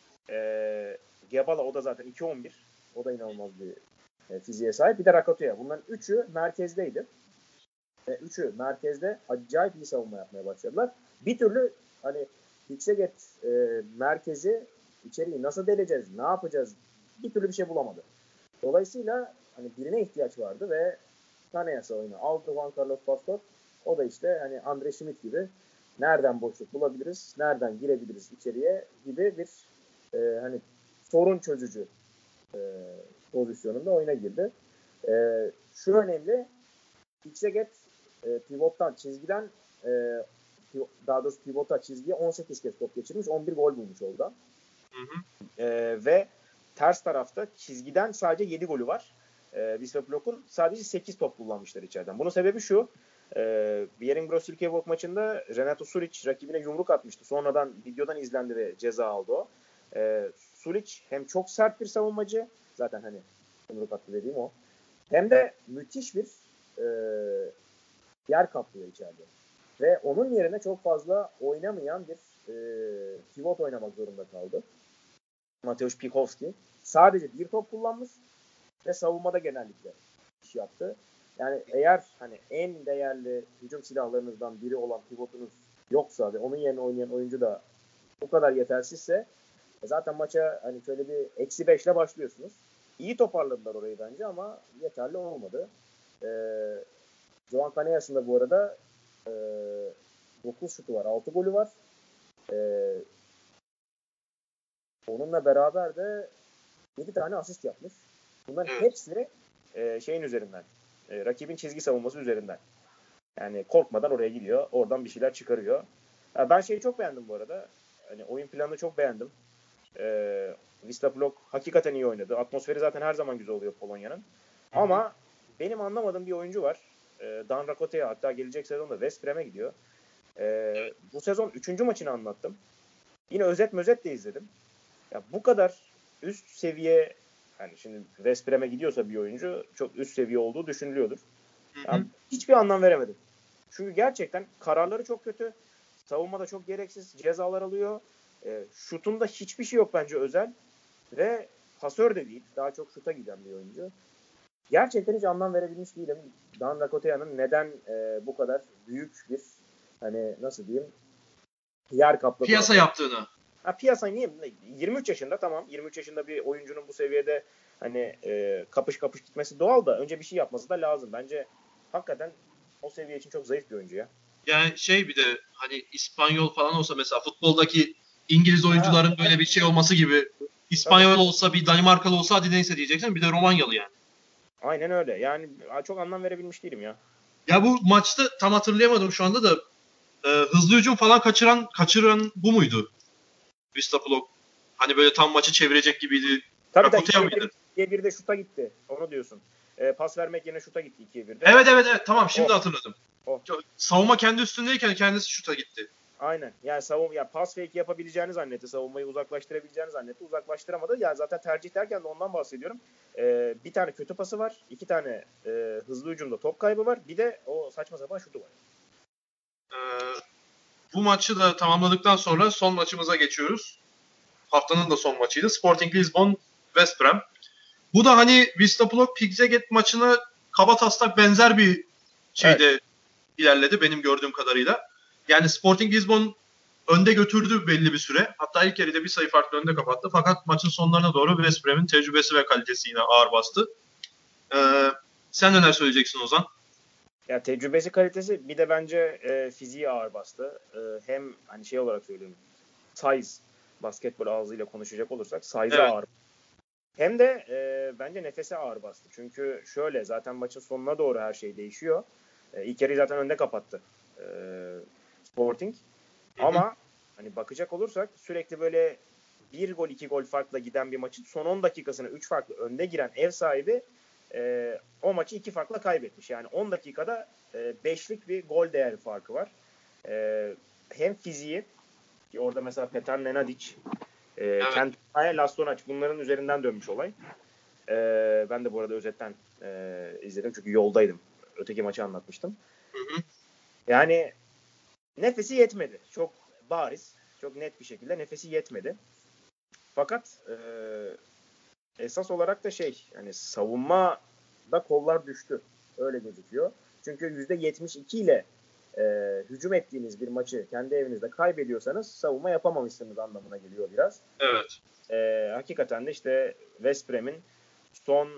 Gebala o da zaten 2-11. O da inanılmaz bir fiziğe sahip. Bir de Rakatoya. Bunların üçü merkezdeydi. Üçü merkezde acayip iyi savunma yapmaya başladılar. Bir türlü hani Pikseget merkezi içeriği nasıl deleceğiz, ne yapacağız bir türlü bir şey bulamadı. Dolayısıyla hani birine ihtiyaç vardı ve Kaneyas oyunu aldı Juan Carlos Pastor. O da işte hani Andre Schmidt gibi nereden boşluk bulabiliriz, nereden girebiliriz içeriye gibi bir hani sorun çözücü pozisyonunda oyuna girdi. Şu önemli, Pikseget pivottan, çizgiden daha doğrusu pivota çizgiye 18 kez top geçirmiş, 11 gol bulmuş orada. Ve ters tarafta çizgiden sadece 7 golü var. Wisla Plock'un sadece 8 top kullanmışlar içeriden. Bunun sebebi şu. Bjerringbro-Silkeborg maçında Renato Sulic rakibine yumruk atmıştı. Sonradan videodan izlendi ve ceza aldı o. Sulic hem çok sert bir savunmacı. Zaten hani Yumruk attı dediğim o. Hem de müthiş bir yer kaplıyor içeride. Ve onun yerine çok fazla oynamayan bir pivot oynamak zorunda kaldı. Mateusz Pikowski. Sadece bir top kullanmış ve savunmada genellikle iş yaptı. Yani eğer hani en değerli hücum silahlarınızdan biri olan pivotunuz yoksa ve onun yerine oynayan oyuncu da bu kadar yetersizse zaten maça hani şöyle bir -5'le başlıyorsunuz. İyi toparladılar orayı bence ama yeterli olmadı. Johan Canellas'ın da bu arada 9 şutu var, 6 golü var. Onunla beraber de 7 tane asist yapmış. Bunların hepsi şeyin üzerinden. Rakibin çizgi savunması üzerinden. Yani korkmadan oraya gidiyor. Oradan bir şeyler çıkarıyor. Ben şeyi çok beğendim bu arada. Hani oyun planını çok beğendim. Wisla Plock hakikaten iyi oynadı. Atmosferi zaten her zaman güzel oluyor Polonya'nın. Ama benim anlamadığım bir oyuncu var. Dan Rakotea, hatta gelecek sezonda West Brom'e gidiyor. Bu sezon 3. maçını anlattım. Yine özet de izledim. Ya bu kadar üst seviye, yani şimdi West Brom'e gidiyorsa bir oyuncu çok üst seviye olduğu düşünülüyordur. Yani hiçbir anlam veremedim. Çünkü gerçekten kararları çok kötü. Savunmada çok gereksiz cezalar alıyor. Şutunda hiçbir şey yok bence özel. Ve pasör de değil. Daha çok şuta giden bir oyuncu. Gerçekten hiç anlam verebilmiş değilim. Dan Rakotea'nın neden bu kadar büyük bir, hani nasıl diyeyim, yer kapladı. Piyasa yaptığını. Piyasa niye? 23 yaşında, tamam. 23 yaşında bir oyuncunun bu seviyede hani kapış gitmesi doğal da önce bir şey yapması da lazım. Bence hakikaten o seviye için çok zayıf bir oyuncu ya. Yani bir de hani İspanyol falan olsa mesela futboldaki İngiliz oyuncuların böyle bir şey olması gibi, İspanyol olsa, bir Danimarkalı olsa hadi neyse diyeceksin, bir de Romanyalı yani. Aynen öyle. Yani çok anlam verebilmiş değilim ya. Ya bu maçta tam hatırlayamadım şu anda da hızlı hücum falan kaçıran bu muydu? Wisla Plock. Hani böyle tam maçı çevirecek gibiydi. Tabii Rakotea mıydı? 2'ye 1'de şuta gitti. Onu diyorsun. Pas vermek yerine şuta gitti 2'ye 1'de. Evet. Tamam, şimdi hatırladım. O. Savunma kendi üstündeyken kendisi şuta gitti. Aynen. Yani pas fake yapabileceğini zannetti. Savunmayı uzaklaştırabileceğini zannetti. Uzaklaştıramadı. Yani zaten tercih derken de ondan bahsediyorum. Bir tane kötü pası var. 2 tane hızlı hücumda top kaybı var. Bir de o saçma sapan şutu var. Bu maçı da tamamladıktan sonra son maçımıza geçiyoruz. Haftanın da son maçıydı. Sporting Lisbon West Brom. Bu da hani Wisla Plock Pickzegget maçına kabataslak benzer bir şeyde ilerledi benim gördüğüm kadarıyla. Yani Sporting Lisbon önde götürdü belli bir süre. Hatta ilk yarıda bir sayı farklı önde kapattı. Fakat maçın sonlarına doğru West Brom'in tecrübesi ve kalitesi yine ağır bastı. Sen neler söyleyeceksin Ozan? Ya tecrübesi, kalitesi, bir de bence fiziği ağır bastı. Hem hani şey olarak söyleyeyim, size, basketbol ağzıyla konuşacak olursak size ağır. Hem de bence nefesi ağır bastı. Çünkü şöyle, zaten maçın sonuna doğru her şey değişiyor. İlk yarıyı zaten önde kapattı Sporting. Ama hani bakacak olursak sürekli böyle 1 gol 2 gol farkla giden bir maçın son 10 dakikasına 3 farklı önde giren ev sahibi o maçı 2 farkla kaybetmiş. Yani 10 dakikada 5'lik bir gol değeri farkı var. Hem fiziği, ki orada mesela Petar Nenadic, Kentaya Lastonac, bunların üzerinden dönmüş olay. Ben de bu arada özetten izledim çünkü yoldaydım. Öteki maçı anlatmıştım. Yani nefesi yetmedi. Çok bariz, çok net bir şekilde nefesi yetmedi. Fakat esas olarak da yani savunmada kollar düştü. Öyle gözüküyor. Çünkü %72 ile hücum ettiğiniz bir maçı kendi evinizde kaybediyorsanız savunma yapamamışsınız anlamına geliyor biraz. Evet. Hakikaten de işte West Brom'in son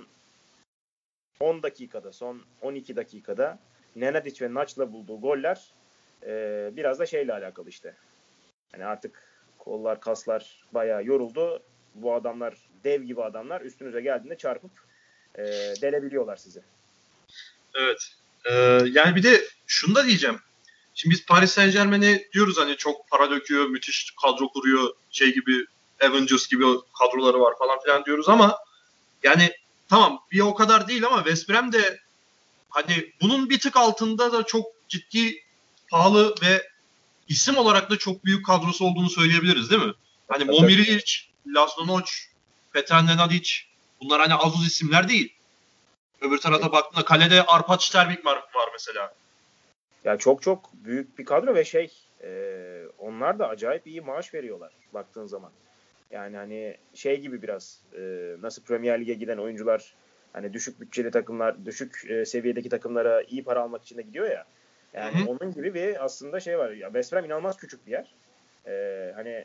10 dakikada, son 12 dakikada Nenadic ve Naç'la bulduğu goller biraz da şeyle alakalı işte. Yani artık kollar, kaslar bayağı yoruldu. Bu adamlar, dev gibi adamlar, üstünüze geldiğinde çarpıp delebiliyorlar sizi. Evet. Yani bir de şunu da diyeceğim. Şimdi biz Paris Saint-Germain'i diyoruz, hani çok para döküyor, müthiş kadro kuruyor, gibi Avengers gibi kadroları var falan filan diyoruz ama yani tamam, bir o kadar değil ama West Brom de hani bunun bir tık altında da çok ciddi, pahalı ve isim olarak da çok büyük kadrosu olduğunu söyleyebiliriz değil mi? Hani Momiric, Laszlo Noć, Petar Nenadic, Bunlar hani az uz isimler değil. Öbür tarafa baktığında kalede Arpad Sterbik var mesela. Ya çok çok büyük bir kadro ve onlar da acayip iyi maaş veriyorlar baktığın zaman. Yani hani gibi biraz nasıl Premier Lig'e giden oyuncular hani düşük bütçeli takımlar, düşük seviyedeki takımlara iyi para almak için de gidiyor ya. Yani Hı hı. onun gibi bir aslında var. Ya West Brom inanılmaz küçük bir yer. Hani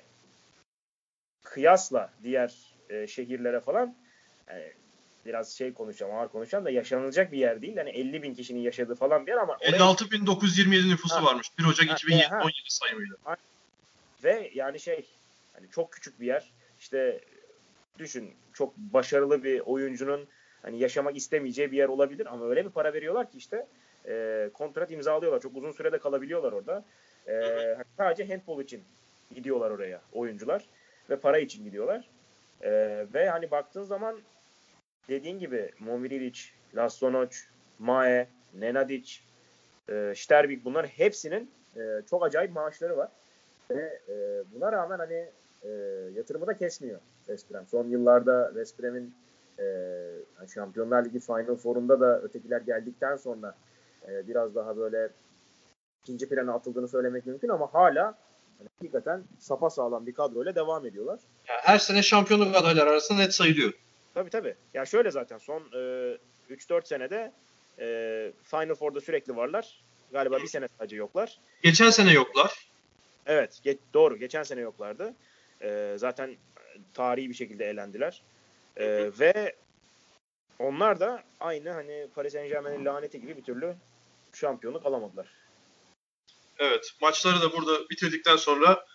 kıyasla diğer şehirlere falan yani biraz ağır konuşacağım da yaşanılacak bir yer değil. Hani 50 bin kişinin yaşadığı falan bir yer ama oraya 56.927 nüfusu varmış. 1 Ocak ha, 2017 sayımıyla. ve yani hani çok küçük bir yer. İşte düşün çok başarılı bir oyuncunun hani yaşamak istemeyeceği bir yer olabilir ama öyle bir para veriyorlar ki kontrat imzalıyorlar. Çok uzun sürede kalabiliyorlar orada. Hani sadece handball için gidiyorlar oraya oyuncular ve para için gidiyorlar. Ve hani baktığın zaman dediğin gibi Momirilic, Laslonoc, Mae, Nenadic, Sterbik bunların hepsinin çok acayip maaşları var. Ve buna rağmen hani yatırımı da kesmiyor West Brom. Son yıllarda West Brom'in Şampiyonlar Ligi Final Four'unda da ötekiler geldikten sonra biraz daha böyle ikinci plana atıldığını söylemek mümkün ama hala hani, hakikaten sapasağlam bir kadroyla devam ediyorlar. Yani her sene şampiyonluk adayları arasında net sayılıyor. Tabii. Ya şöyle zaten son 3-4 senede Final Four'da sürekli varlar. Galiba bir sene sadece yoklar. Geçen sene yoklar. Evet, doğru. Geçen sene yoklardı. Zaten tarihi bir şekilde elendiler. Ve onlar da aynı hani Paris Saint-Germain'in laneti gibi bir türlü şampiyonluk alamadılar. Evet. Maçları da burada bitirdikten sonra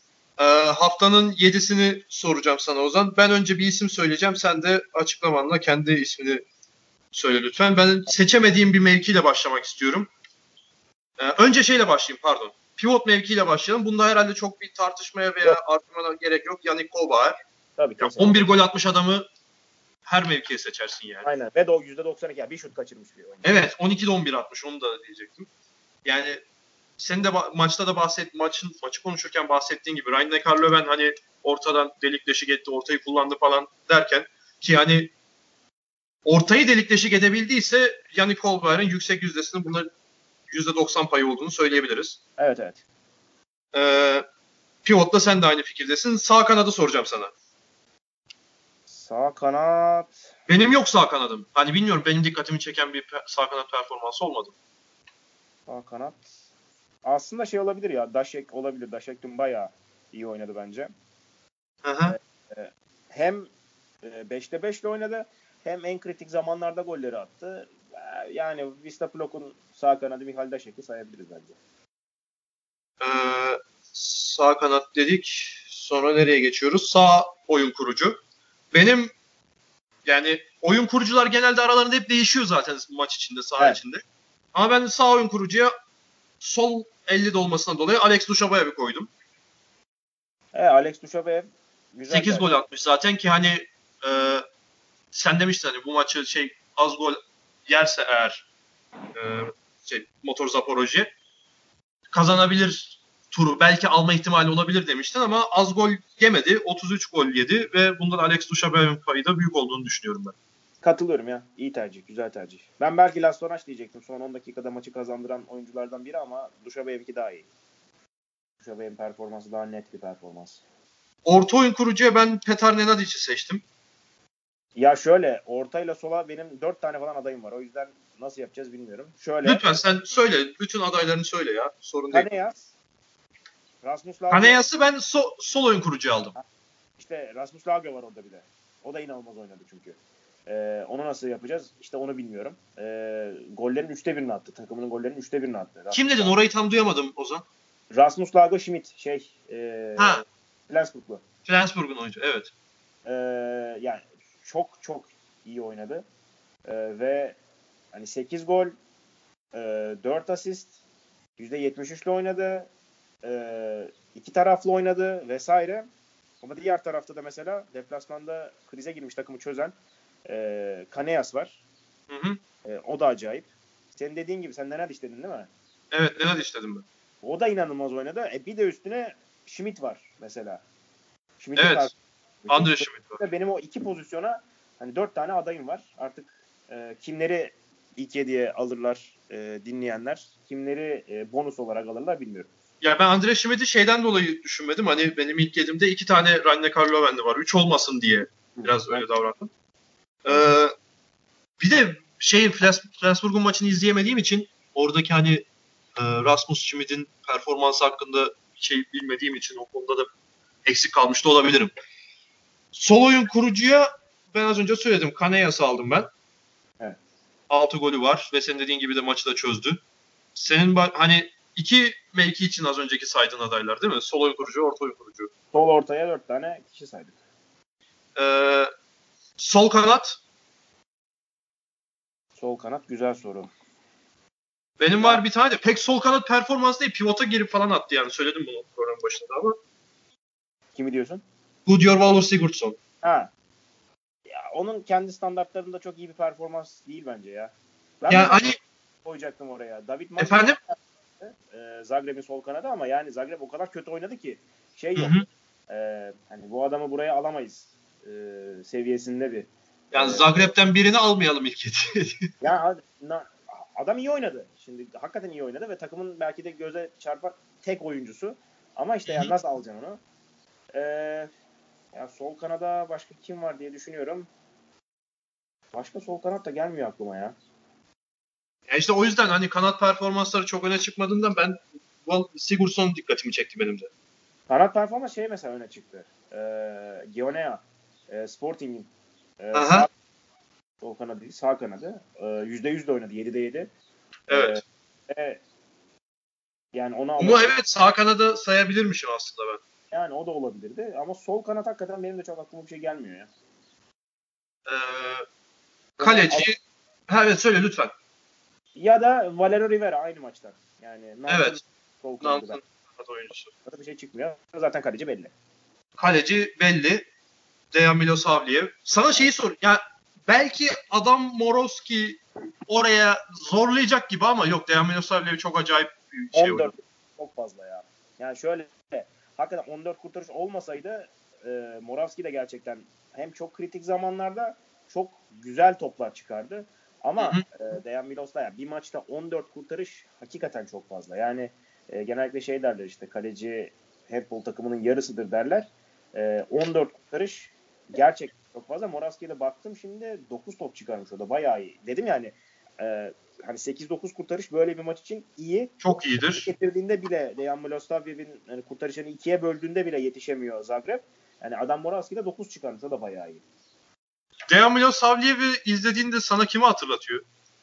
haftanın 7'sini soracağım sana Ozan. Ben önce bir isim söyleyeceğim. Sen de açıklamanla kendi ismini söyle lütfen. Ben seçemediğim bir mevkiyle başlamak istiyorum. Önce şeyle başlayayım pardon. Pivot mevkiyle başlayalım. Bunda herhalde çok bir tartışmaya veya artmana gerek yok. Yannick Kohlbaer. Tabii Ya kesin. 11 gol atmış adamı her mevkiye seçersin yani. Aynen. Ve de o %92 yani bir şut kaçırmış bir oyuncu. Evet 12'de 11 atmış onu da diyecektim. Yani senin de maçta da maçı konuşurken bahsettiğin gibi Ryan Neckar-Löwen hani ortadan delik deşik etti, ortayı kullandı falan derken ki hani ortayı delik deşik edebildiyse Yannick Kohlbaer'in yüksek yüzdesinin bunda %90 payı olduğunu söyleyebiliriz. Evet. Pivot'la sen de aynı fikirdesin. Sağ kanadı soracağım sana. Sağ kanat. Benim yok sağ kanadım. Hani bilmiyorum benim dikkatimi çeken bir sağ kanat performansı olmadı. Sağ kanat. Aslında olabilir ya. Daşek olabilir. Daşek dün bayağı iyi oynadı bence. Hı. Hem 5'te 5'le oynadı hem en kritik zamanlarda golleri attı. Yani Wisla Plok'un sağ kanadı Michail Daşek'i sayabiliriz bence. Sağ kanat dedik. Sonra nereye geçiyoruz? Sağ oyun kurucu. Benim yani oyun kurucular genelde aralarında hep değişiyor zaten maç içinde, saha içinde. Ama ben sağ oyun kurucuya sol 50'de olmasından dolayı Alex Dushabayev'i koydum. Alex Dushabayev güzel 8 gol atmış zaten ki hani sen demiştin hani bu maçı az gol yerse eğer Motor Zaporojye kazanabilir turu belki alma ihtimali olabilir demiştin ama az gol yemedi. 33 gol yedi ve bundan Alex Dushabayev'in payı da büyük olduğunu düşünüyorum ben. Katılıyorum ya. İyi tercih. Güzel tercih. Ben belki Laslonac diyecektim. Son 10 dakikada maçı kazandıran oyunculardan biri ama Dushabayev'inki daha iyi. Dushabayev'in performansı daha net bir performans. Orta oyun kurucuya ben Petar Nenadic'i seçtim. Ya şöyle ortayla sola benim 4 tane falan adayım var. O yüzden nasıl yapacağız bilmiyorum. Lütfen sen söyle. Bütün adaylarını söyle ya. Sorun değil. Kaneyas. Rasmus Lago. Kaneyas'ı ben sol oyun kurucuya aldım. İşte Rasmus Lago var orada bir de. O da inanılmaz oynadı çünkü. Onu nasıl yapacağız? İşte onu bilmiyorum. Gollerin 3'te 1'ini attı. Takımının gollerinin 3'te 1'ini attı. Kim dedin? Orayı tam duyamadım Ozan. Rasmus Lago Schmidt. Flensburglu. Flensburg'un oyuncu. Evet. Yani çok çok iyi oynadı. Ve hani 8 gol 4 asist %73'le oynadı. 2 taraflı oynadı vesaire. Ama diğer tarafta da mesela deplasmanda krize girmiş takımı çözen Kaneyas var. Hı. O da acayip. Senin dediğin gibi sen Nenadic dedin değil mi? Evet Nenadic dedim ben. O da inanılmaz oynadı. Bir de üstüne Schmidt var mesela. Evet. Andre Schmidt var. Benim o iki pozisyona Hani 4 tane adayım var. Artık kimleri ilk 7'ye alırlar dinleyenler, kimleri bonus olarak alırlar bilmiyorum. Ya ben Andre Schmidt'i şeyden dolayı düşünmedim. Hani benim ilk yedimde 2 tane Rane-Claude Löwen'de var. 3 olmasın diye biraz öyle davrandım. Bir de Flensburg'un maçını izleyemediğim için oradaki hani Rasmus Schmidt'in performansı hakkında bir şey bilmediğim için o konuda da eksik kalmış da olabilirim. Sol oyun kurucuya ben az önce söyledim. Canellas'ı aldım ben. Evet. 6 golü var ve senin dediğin gibi de maçı da çözdü. Senin hani 2 mevki için az önceki saydığın adaylar değil mi? Sol oyun kurucu, orta oyun kurucu. Sol ortaya 4 tane kişi saydık. Sol kanat. Sol kanat güzel soru. Benim var bir tane de pek sol kanat performans değil. Pivota girip falan attı yani. Söyledim bunu programın başında ama. Kimi diyorsun? Gudjor Valur Sigurdsson. Ha. Ya onun kendi standartlarında çok iyi bir performans değil bence ya. Ben ya hani koyacaktım oraya. David Mann efendim? Zagreb'in sol kanadı ama yani Zagreb o kadar kötü oynadı ki şey yok. Hani bu adamı buraya alamayız seviyesinde bir. Yani Zagreb'den birini almayalım ilk kez. Ya adam iyi oynadı. Şimdi hakikaten iyi oynadı ve takımın belki de göze çarpan tek oyuncusu. Ama işte yani nasıl alacaksın onu? Ya sol kanada başka kim var diye düşünüyorum. Başka sol kanat da gelmiyor aklıma ya. Ya işte o yüzden hani kanat performansları çok öne çıkmadığından ben Sigurdsson dikkatimi çekti benim de. Kanat performans mesela öne çıktı. Gionea, Sporting'in sol kanadı değil, sağ kanadı. %100 de oynadı. 7'de 7. Evet. Yani ona ama evet sağ kanada sayabilirmişim aslında ben. Yani o da olabilirdi. Ama sol kanat hakikaten benim de çok aklıma bir şey gelmiyor ya. Kaleci. Evet söyle lütfen. Ya da Valero Rivera aynı maçtan. Yani evet. Sol kanadı oyuncusu. Bir şey çıkmıyor. Zaten kaleci belli. Kaleci belli. Dejan Milosavljev. Sana şeyi sor. Ya belki Adam Morovski oraya zorlayacak gibi ama yok. Dejan Milosavljev çok acayip bir şey 14 çok fazla ya. Yani şöyle hakikaten 14 kurtarış olmasaydı Moravski de gerçekten hem çok kritik zamanlarda çok güzel toplar çıkardı. Ama Dejan Milos'la yani bir maçta 14 kurtarış hakikaten çok fazla. Yani genellikle şey derler işte kaleci handball takımının yarısıdır derler. 14 kurtarış gerçekten çok fazla. Moravski'ye de baktım şimdi 9 top çıkarmış o da bayağı iyi. Dedim yani hani 8-9 kurtarış böyle bir maç için iyi. Çok iyidir. Getirdiğinde bile Dejan Milosavljev'in yani kurtarışını ikiye böldüğünde bile yetişemiyor Zagreb. Yani adam Moravski'de 9 çıkarmış. O da bayağı iyi. Dejan Milosavljev'i izlediğinde sana kimi hatırlatıyor?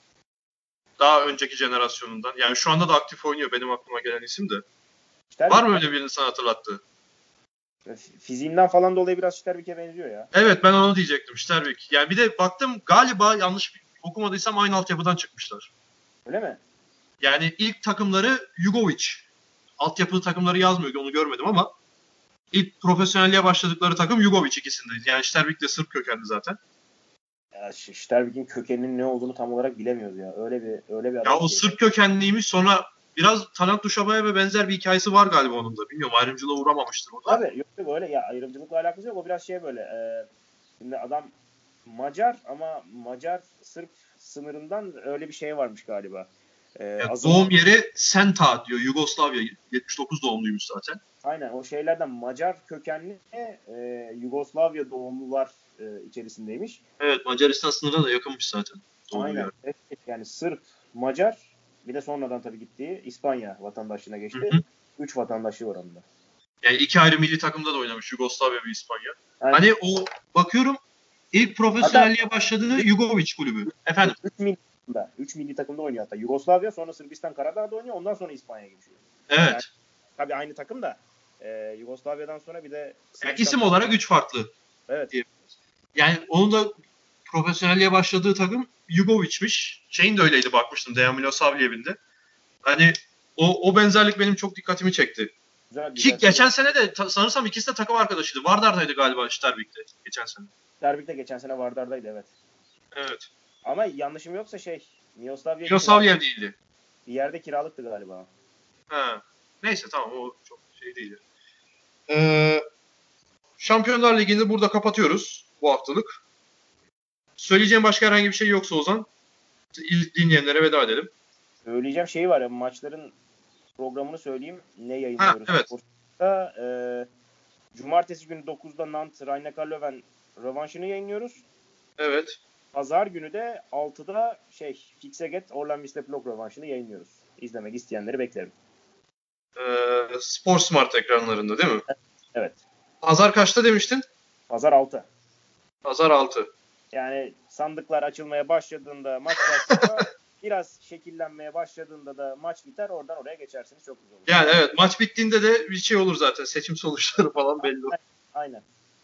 Daha önceki jenerasyonundan. Yani şu anda da aktif oynuyor benim aklıma gelen isim de. Var mı öyle birini sana hatırlattığı? Fiziğinden falan dolayı biraz Stervik'e benziyor ya. Evet ben onu diyecektim Stervik. Yani bir de baktım galiba yanlış okumadıysam aynı altyapıdan çıkmışlar. Öyle mi? Yani ilk takımları Jugovic. Altyapılı takımları yazmıyor onu görmedim ama ilk profesyonelliğe başladıkları takım Jugovic ikisinde. Yani Stervik de Sırp kökenli zaten. Ya Stervik'in kökeninin ne olduğunu tam olarak bilemiyoruz ya. Öyle bir adam. Ya o Sırp kökenliymiş sonra biraz Talant Duşabayev'e benzer bir hikayesi var galiba onun da. Bilmiyorum ayrımcılığa uğramamıştır o da. Tabii yok böyle ya ayrımcılıkla alakası yok. O biraz şey böyle şimdi adam Macar ama Macar Sırp sınırından öyle bir şey varmış galiba. Doğum yeri Senta diyor. Yugoslavya. 79 doğumluymuş zaten. Aynen o şeylerden Macar kökenli Yugoslavya doğumlular içerisindeymiş. Evet Macaristan sınırına da yakınmış zaten. Aynen. Evet, yani Sırp, Macar bir de sonradan tabii gittiği İspanya vatandaşlığına geçti. 3 vatandaşı var onda. Yani 2 ayrı milli takımda da oynamış Yugoslavya ve İspanya. Aynen. Hani o bakıyorum ilk profesyonelliğe başladığı Jugovic kulübü. Efendim? 3 milli takımda oynuyor hatta. Yugoslavya sonra Sırbistan Karadağ'da oynuyor. Ondan sonra İspanya'ya geçiyor. Evet. Yani, tabii aynı takım da Yugoslavya'dan sonra bir de yani isim olarak 3 farklı. Evet. Yani onun da profesyonelliğe başladığı takım Jugovic'miş. Şeyin de öyleydi bakmıştım Dejan Milosavljev'in de. Hani o benzerlik benim çok dikkatimi çekti. Güzel, ki geçen sene de sanırsam ikisi de takım arkadaşıydı. Vardar'daydı galiba Stervik'te geçen sene. Stervik'te geçen sene Vardar'daydı evet. Evet. Ama yanlışım yoksa Milosavljev değildi. Bir yerde kiralıktı galiba. Ha. Neyse tamam o çok şey değildi. Şampiyonlar Ligi'ni burada kapatıyoruz bu haftalık. Söyleyeceğim başka herhangi bir şey yoksa Ozan, dinleyenlere veda edelim. Söyleyeceğim şey var ya, maçların programını söyleyeyim. Ne yayınlıyoruz? Evet. Cumartesi günü 9'da Nantes Rhein-Neckar Löwen rövanşını yayınlıyoruz. Evet. Pazar günü de 6'da Fixeget Orlan Wisla-Plock rövanşını yayınlıyoruz. İzlemek isteyenleri beklerim. Spor Smart ekranlarında değil mi? Evet. Pazar kaçta demiştin? Pazar 6. Pazar 6. Yani sandıklar açılmaya başladığında, maç başlıyor. Biraz şekillenmeye başladığında da maç biter. Oradan oraya geçersiniz. Çok güzel olur. Yani evet, maç bittiğinde de bir şey olur zaten. Seçim sonuçları falan belli olur. Aynen.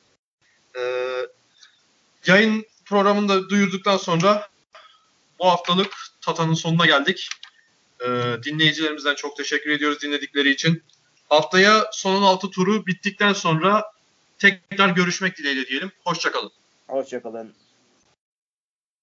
Yayın programını da duyurduktan sonra bu haftalık Tata'nın sonuna geldik. Dinleyicilerimizden çok teşekkür ediyoruz dinledikleri için. Haftaya son 16 turu bittikten sonra tekrar görüşmek dileğiyle diyelim. Hoşça kalın. Hoşçakalın.